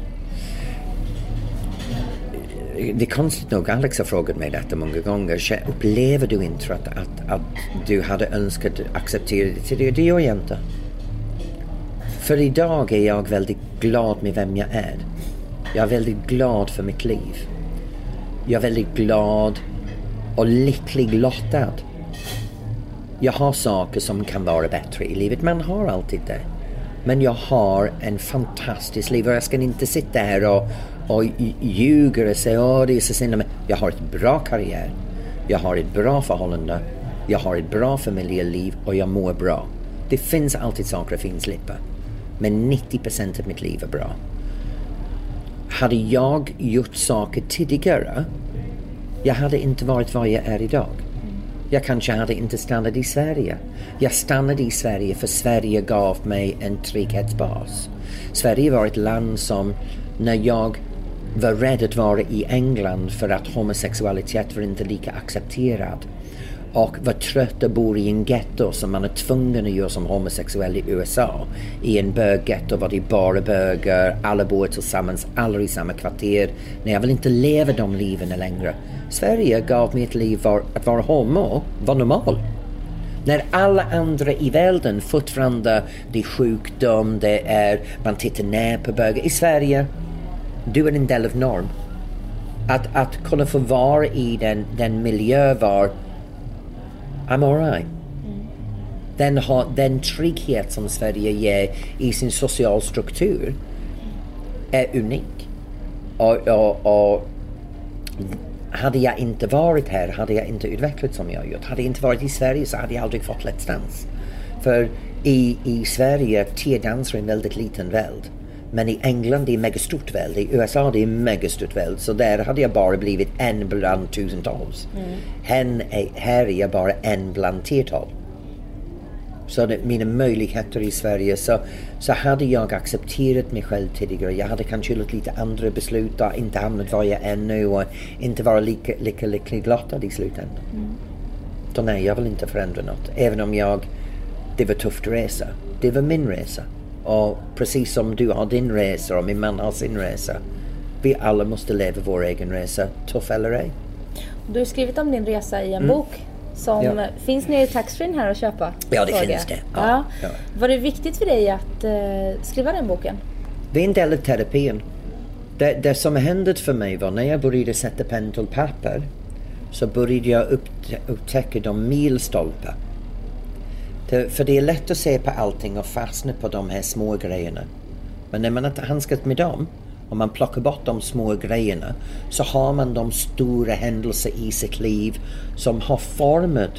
Det är konstigt nog, Alex har frågat mig detta många gånger. Upplever du inte att du hade önskat acceptera det? Det gör jag inte. För idag är jag väldigt glad med vem jag är. Jag är väldigt glad för mitt liv. Jag är väldigt glad och lycklig lottad. Jag har saker som kan vara bättre i livet. Man har alltid det. Men jag har en fantastisk liv. Och jag ska inte sitta här och ljuga och säga det är så synd. Jag har ett bra karriär. Jag har ett bra förhållande. Jag har ett bra familjeliv och jag mår bra. Det finns alltid saker att finslipa. Men 90% av mitt liv är bra. Hade jag gjort saker tidigare, jag hade inte varit vad jag är idag. Jag kanske hade inte stannat i Sverige. Jag stannade i Sverige för Sverige gav mig en trygghetsbas. Sverige var ett land som, när jag var rädd att vara i England för att homosexualitet var inte lika accepterad och var trött att bo i en ghetto som man är tvungen att göra som homosexuell i USA. I en bögghetto var det bara bögar, alla bor tillsammans, alla i samma kvarter. Nej, jag vill inte leva de liven längre. Sverige gav mig ett liv att vara homo var normal. När alla andra i världen fortfarande, det är sjukdom, det är, man tittar ner på bögar. I Sverige, du är en del av norm. Att kunna få vara i den miljö var I'm all right. Den trygghet som Sverige ger i sin social struktur är unik. Och hade jag inte varit här, hade jag inte utvecklat som jag gjort. Hade jag inte varit i Sverige så hade jag aldrig fått Let's Dance. För i Sverige, 10 dansare är en väldigt liten värld. Men i England det är megastort värld. I USA det är megastort värld. Så där hade jag bara blivit en bland tusentals. Här är jag bara en bland tiotal. Så mina möjligheter i Sverige. Så hade jag accepterat mig själv tidigare. Jag hade kanske gjort lite andra beslut. Och inte hamnat var jag är nu. Och inte vara lika lycklig lottad i slutändan. Så nej, jag vill inte förändra något. Även om det var tufft resa. Det var min resa. Och precis som du har din resa och min man har sin resa. Vi alla måste leva vår egen resa, tuff eller ej. Du har skrivit om din resa i en bok som finns nere i taxfree här att köpa. Ja, det finns det. Ja. Var det viktigt för dig att skriva den boken? Det är en del av terapin. Det som hände för mig var när jag började sätta pen till papper så började jag upptäcka de milstolpar. För det är lätt att se på allting och fastna på de här små grejerna. Men när man inte handskat med dem om man plockar bort de små grejerna, så har man de stora händelser i sitt liv som har format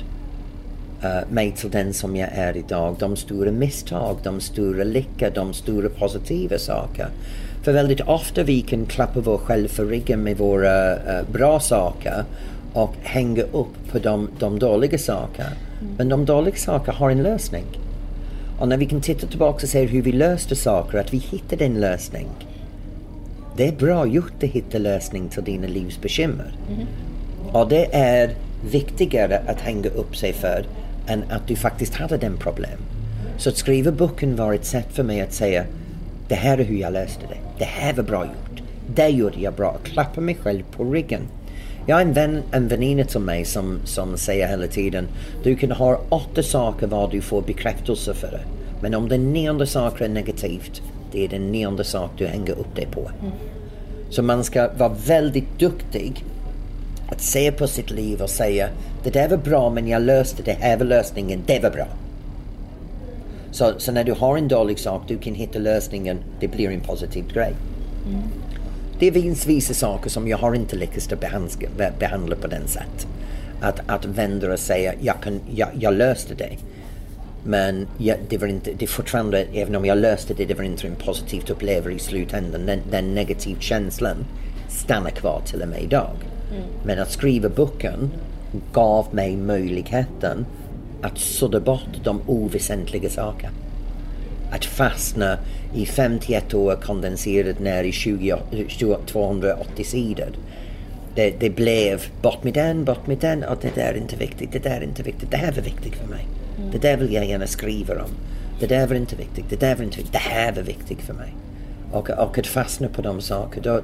mig till den som jag är idag. De stora misstag, de stora lyckor, de stora positiva saker. För väldigt ofta vi kan klappa vår själv för ryggen med våra bra saker och hänga upp på de dåliga saker. Men de dåliga saker har en lösning. Och när vi kan titta tillbaka och se hur vi löste saker, att vi hittade en lösning. Det är bra gjort att hitta lösning till dina livs bekymmer. Och det är viktigare att hänga upp sig för än att du faktiskt hade den problem. Så att skriva boken var ett sätt för mig att säga, det här är hur jag löste det. Det här var bra gjort. Det gjorde jag bra. Klappa mig själv på ryggen. Jag har en väninna till mig som säger hela tiden, du kan ha 8 saker var du får bekräftelse för det. Men om den 9:e saken är negativt, det är den 9:e sak du hänger upp dig på. Så man ska vara väldigt duktig att se på sitt liv och säga, det där var bra men jag löste det, här var lösningen, det var bra. Så när du har en dålig sak, du kan hitta lösningen, det blir en positiv grej. Det finns vissa saker som jag har inte lyckats behandla på den sätt. Att vända och säga, jag löste det. Men det var inte, det fortfarande, även om jag löste det, det var inte en positivt upplevelse i slutändan. Den negativa känslan stannar kvar till och med idag. Men att skriva boken gav mig möjligheten att sudda bort de oväsentliga saker. Att fastna i 51 år kondenserat ner i 280 sidor. Det blev bort med den, och det där är inte viktigt, det där är inte viktigt, det här var viktigt för mig. Det där vill jag gärna skriva om. Det där var inte viktigt, det där var inte viktigt, det här var viktigt för mig. Och att fastna på de saker,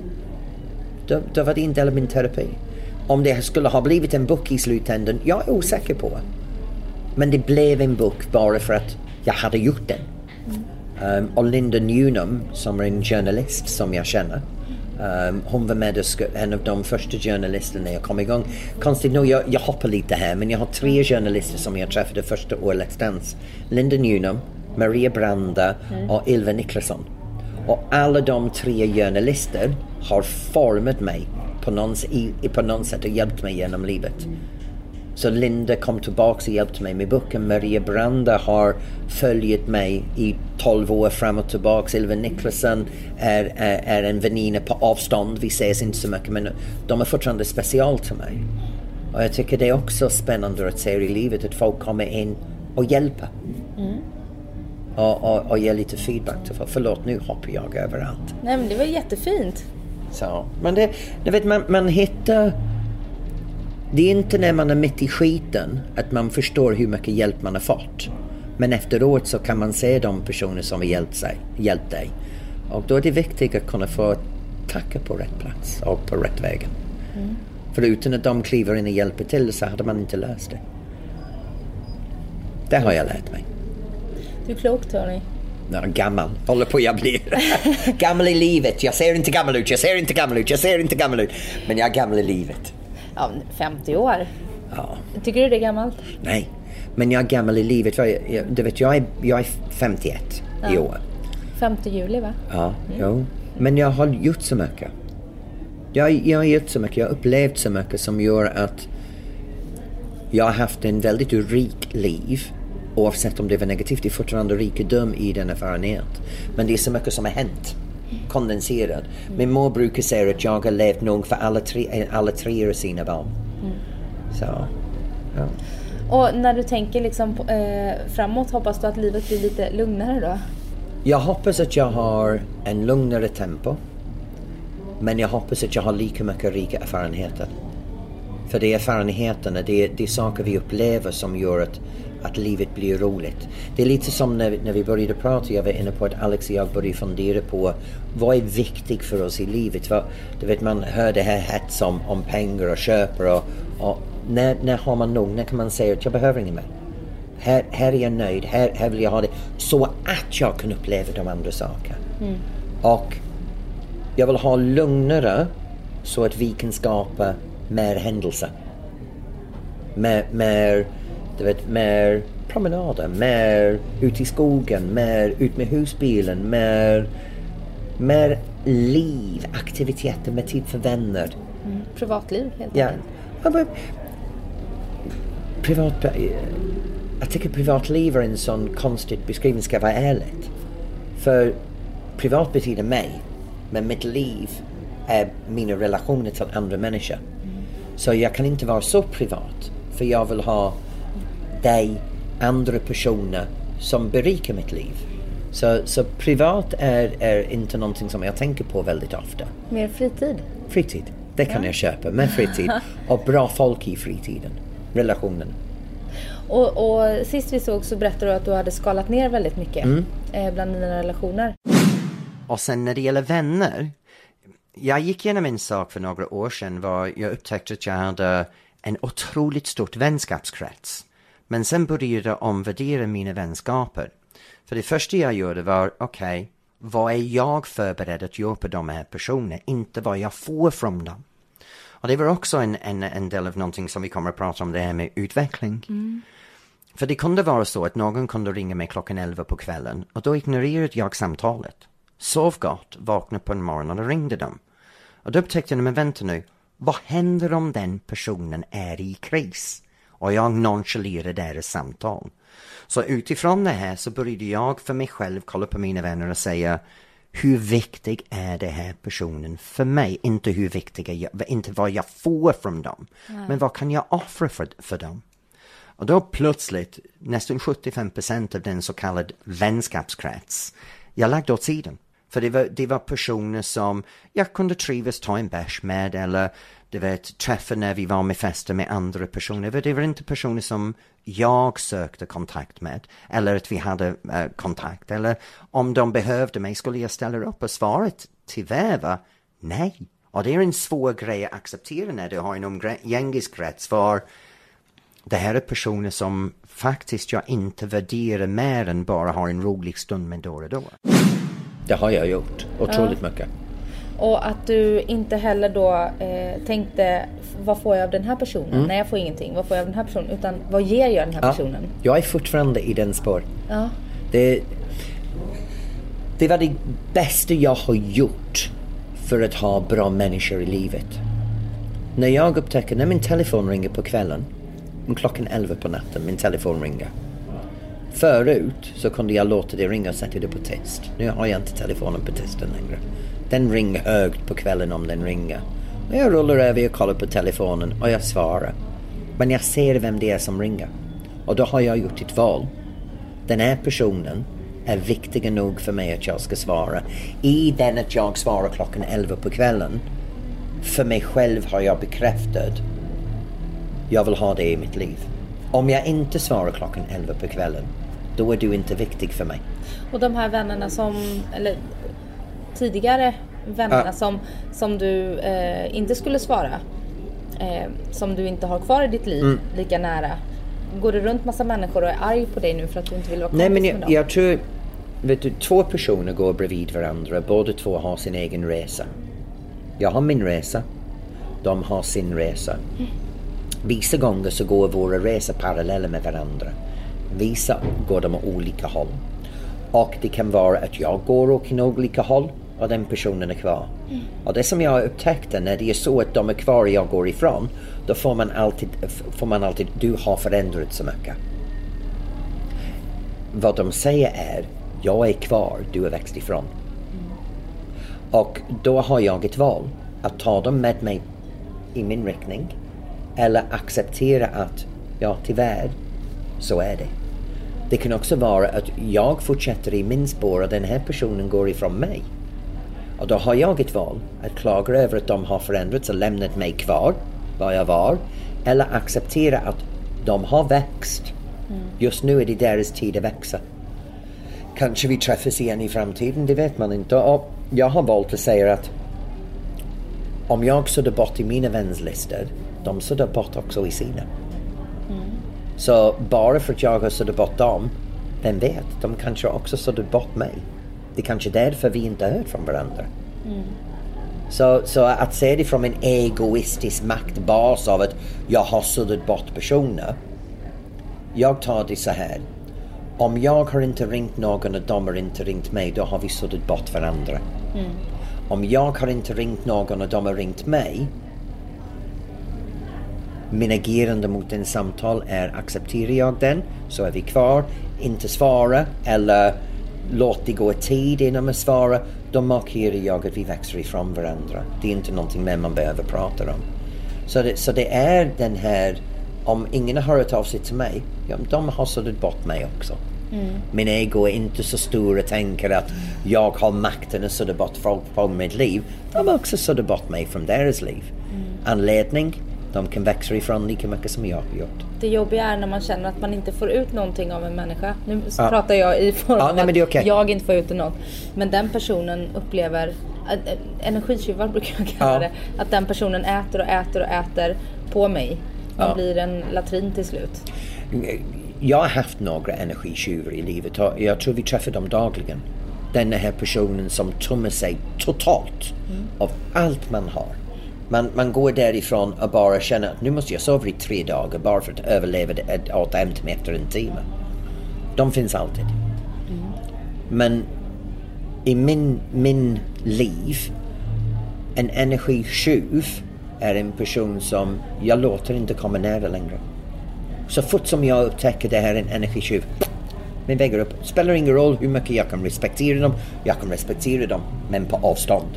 då var det en del av min terapi. Om det skulle ha blivit en bok i slutändan, jag är osäker på. Men det blev en bok bara för att jag hade gjort den. Och Linda Newnham, som är en journalist som jag känner, hon var med en av de första journalisterna när jag kom igång. Konstigt nog, jag hoppar lite här, men jag har 3 journalister som jag träffade första året Let's Dance. Linda Newnham, Maria Branda och Ylva Niklasson. Och alla de 3 journalister har format mig på något sätt och hjälpt mig genom livet. Så Linda kom tillbaka och hjälpte mig med boken. Maria Branda har följt mig i 12 år fram och tillbaka. Ylva Niklasson är en väninna på avstånd. Vi ses inte så mycket, men de är fortfarande special till mig. Och jag tycker det är också spännande att se i livet att folk kommer in och hjälper. Och ge lite feedback till folk. Förlåt, nu hoppar jag överallt. Nej, men det var jättefint. Så, men det vet man hittar. Det är inte när man är mitt i skiten att man förstår hur mycket hjälp man har fått. Men efteråt så kan man se de personer som har hjälpt dig. Och då är det viktigt att kunna få tacka på rätt plats och på rätt vägen. För utan att de kliver in och hjälper till så hade man inte löst det. Det har jag lärt mig. Du är klok, Tony. Ja, gammal. Håller på jag blir. Gammal i livet. Jag ser inte gammal ut. Men jag är gammal i livet. Ja, 50 år. Ja. Tycker du det är gammalt? Nej, men jag är gammal i livet. Du vet, jag är 51 i år. 5 juli, va? Ja, jo. Men jag har gjort så mycket. Jag har gjort så mycket. Jag har upplevt så mycket som gör att jag har haft en väldigt rik liv. Oavsett om det var negativt, det är fortfarande rikedom i den erfarenhet. Men det är så mycket som har hänt. Kondenserad. Min mor brukar säga att jag har levt nog för alla tre av sina barn. Så, ja. Och när du tänker liksom framåt, hoppas du att livet blir lite lugnare då? Jag hoppas att jag har en lugnare tempo. Men jag hoppas att jag har lika mycket rika erfarenheter. För det är erfarenheterna, det är saker vi upplever som gör att livet blir roligt. Det är lite som när vi började prata, jag var inne på att Alex och jag började fundera på vad är viktigt för oss i livet. För, du vet, man hör det här hets om pengar och köper och när har man nog, när kan man säga att jag behöver inget mer. Här är jag nöjd, här vill jag ha det. Så att jag kan uppleva de andra saker. Och jag vill ha lugnare så att vi kan skapa mer händelser. Mer promenader, mer ut i skogen, mer ut med husbilen, mer mer liv, aktiviteter med tid för vänner. Privatliv helt enkelt. Ja, men jag tycker privatliv är en sån konstig beskrivning, ska vara ärligt. För privat betyder mig, men mitt liv är mina relationer till andra människor. Så jag kan inte vara så privat, för jag vill ha dig, andra personer som berikar mitt liv. Så privat är inte någonting som jag tänker på väldigt ofta. Mer fritid? Fritid, det kan jag köpa med fritid. Och bra folk i fritiden, relationen. Och sist vi såg så berättade du att du hade skalat ner väldigt mycket bland dina relationer. Och sen när det gäller vänner, jag gick igenom en sak för några år sedan var jag upptäckte att jag hade en otroligt stort vänskapskrets. Men sen började jag omvärdera mina vänskaper. För det första jag gjorde var, okej, vad är jag förberedd att göra på de här personerna? Inte vad jag får från dem. Och det var också en del av någonting som vi kommer att prata om, det här med utveckling. För det kunde vara så att någon kunde ringa mig klockan 11 på kvällen. Och då ignorerade jag samtalet. Sov gott, vaknade på en morgon och ringde dem. Och då upptäckte jag, men vänta nu, vad händer om den personen är i kris? Och jag nonchalerar deras samtal. Så utifrån det här så började jag för mig själv kolla på mina vänner och säga, hur viktig är det här personen för mig? Inte hur viktig är jag, inte vad jag får från dem. Men vad kan jag offra för dem? Och då plötsligt, nästan 75% av den så kallad vänskapskrets, jag lagde åt sidan. För det var personer som jag kunde trivas ta en bärs med, eller träffa när vi var med fester med andra personer. Det var inte personer som jag sökte kontakt med, eller att vi hade kontakt, eller om de behövde mig skulle jag ställa upp, och svaret tyvärr var nej. Och det är en svår grej att acceptera när du har en umgängeskrets, för det här är personer som faktiskt jag inte värderar mer än bara har en rolig stund med då och då. Det har jag gjort, otroligt mycket. Och att du inte heller då tänkte, vad får jag av den här personen? Nej, jag får ingenting. Vad får jag av den här personen? Utan vad ger jag den här personen? Jag är fortfarande i den spår. Ja. Det var det bästa jag har gjort för att ha bra människor i livet. När jag upptäcker, när min telefon ringer på kvällen, klockan 11 på natten, min telefon ringer. Förut så kunde jag låta det ringa och sätta det på test. Nu har jag inte telefonen på testen längre. Den ringer högt på kvällen om den ringer. Och jag rullar över och kollar på telefonen och jag svarar. Men jag ser vem det är som ringer. Och då har jag gjort ett val. Den här personen är viktig nog för mig att jag ska svara. I den att jag svarar klockan 11 på kvällen, för mig själv har jag bekräftat, jag vill ha det i mitt liv. Om jag inte svarar klockan 11 på kvällen, då är du inte viktig för mig. Och de här vännerna eller tidigare vännerna som du inte skulle svara, som du inte har kvar i ditt liv lika nära, går det runt massa människor och är arg på dig nu för att du inte vill vara kompis med dem? Jag tror, två personer går bredvid varandra, båda två har sin egen resa. Jag har min resa, de har sin resa. Vissa gånger så går våra resor parallella med varandra. Vissa går de åt olika håll. Och det kan vara att jag går åt olika håll och den personen är kvar. Och det som jag har upptäckt, när det är så att de är kvar och jag går ifrån, då får man alltid du har förändrat så mycket. Vad de säger är, jag är kvar, du har växt ifrån. Och då har jag ett val att ta dem med mig i min riktning, eller acceptera att, ja tyvärr, så är det. Det kan också vara att jag fortsätter i min spår och den här personen går ifrån mig. Och då har jag ett val att klaga över att de har förändrats och lämnat mig kvar, vad jag var, eller acceptera att de har växt. Just nu är det deras tid att växa. Kanske vi träffas igen i framtiden, det vet man inte. Och jag har valt att säga att om jag suddar bort i mina vänslistor, de suddar bort också i sina. Så bara för att jag har suddat bort dem, vem vet, de kanske också suddat bort mig. Det är kanske därför vi inte har hört från varandra. Så att se det från en egoistisk maktbas av att jag har suddat bort personer. Jag tar det så här. Om jag har inte ringt någon och de har inte ringt mig, då har vi suddat bort varandra. Om jag har inte ringt någon och de har ringt mig, min agerande mot en samtal är: accepterar jag den så är vi kvar, inte svara eller låt det gå tid innan man svarar, då markerar jag att vi växer ifrån varandra. Det är inte någonting mer man behöver prata om. Så det är den här, om ingen har hört av sig till mig, ja, de har suddat bort mig också. Min ego är inte så stor och tänker att jag har makten att sudda bort folk från mitt liv. De har också suddat bort mig från deras liv. Anledning? De kan växa ifrån lika mycket som jag har gjort. Det jobbiga är när man känner att man inte får ut någonting av en människa. Nu pratar jag i form av att jag inte får ut något. Men den personen upplever, energitjuvar brukar jag kalla det, att den personen äter och äter och äter på mig. Man blir en latrin till slut. Jag har haft några energitjuvar i livet. Jag tror vi träffar dem dagligen. Den här personen som tummar sig totalt av allt man har. Man går därifrån och bara känner att nu måste jag sova i 3 dagar bara för att överleva att återhämta mig efter en timme. De finns alltid. Men i min liv, en energitjuv är en person som jag låter inte komma nära längre. Så fort som jag upptäcker det här är en energitjuv, men väger upp. Spelar ingen roll hur mycket jag kan respektera dem. Jag kan respektera dem, men på avstånd.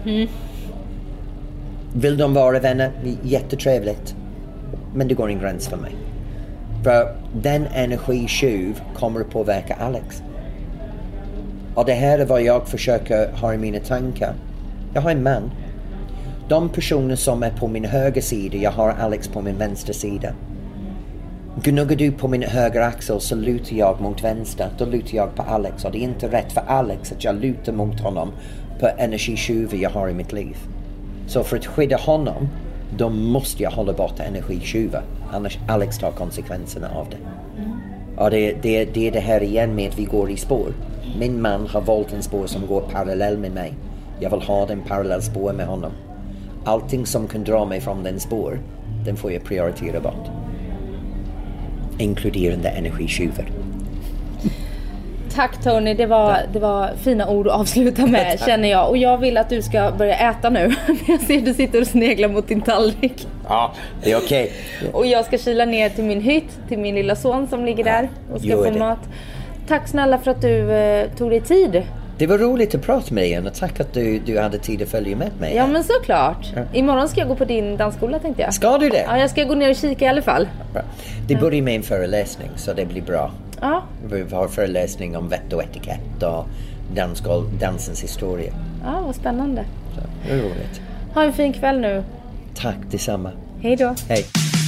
Vill de vara vänner? Jättetrevligt. Men det går en gräns för mig. För den energitjuv kommer att påverka Alex. Och det här är vad jag försöker ha i mina tankar. Jag har en man. De personer som är på min höger sida, jag har Alex på min vänstra sida. Gnuggar du på min höger axel så lutar jag mot vänster. Då lutar jag på Alex. Och det är inte rätt för Alex att jag lutar mot honom på energitjuvar jag har i mitt liv. Så för att skydda honom, då måste jag hålla bort energitjuvar. Annars Alex tar konsekvenserna av det. Och det är det här igen med att vi går i spår. Min man har valt en spår som går parallell med mig. Jag vill ha den parallell spår med honom. Allting som kan dra mig från den spår, den får jag prioritera bort. Inkluderande energitjuvar. Tack Tony, det var fina ord att avsluta med, känner jag. Och jag vill att du ska börja äta nu. Jag ser att du sitter och sneglar mot din tallrik. Ja, det är okej. Och jag ska kila ner till min hytt, till min lilla son som ligger där och ska få mat. Tack snälla för att du tog dig tid. Det var roligt att prata med dig och tack att du hade tid att följa med mig. Ja, men såklart. Imorgon ska jag gå på din dansskola, tänkte jag. Ska du det? Ja, jag ska gå ner och kika i alla fall. Bra. Det börjar med en föreläsning så det blir bra. Ja. Vi har föreläsning om vett och etikett och dansens historia. Ja, vad spännande. Så, det är roligt. Ha en fin kväll nu. Tack detsamma. Hej då. Hej.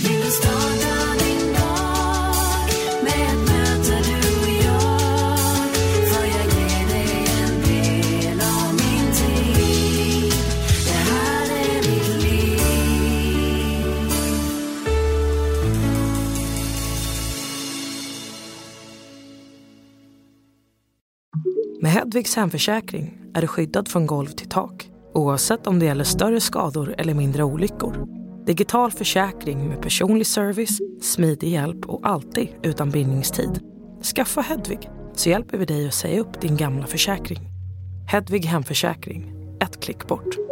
Med Hedvigs hemförsäkring är du skyddad från golv till tak, oavsett om det gäller större skador eller mindre olyckor. Digital försäkring med personlig service, smidig hjälp och alltid utan bindningstid. Skaffa Hedvig så hjälper vi dig att säga upp din gamla försäkring. Hedvig hemförsäkring, ett klick bort.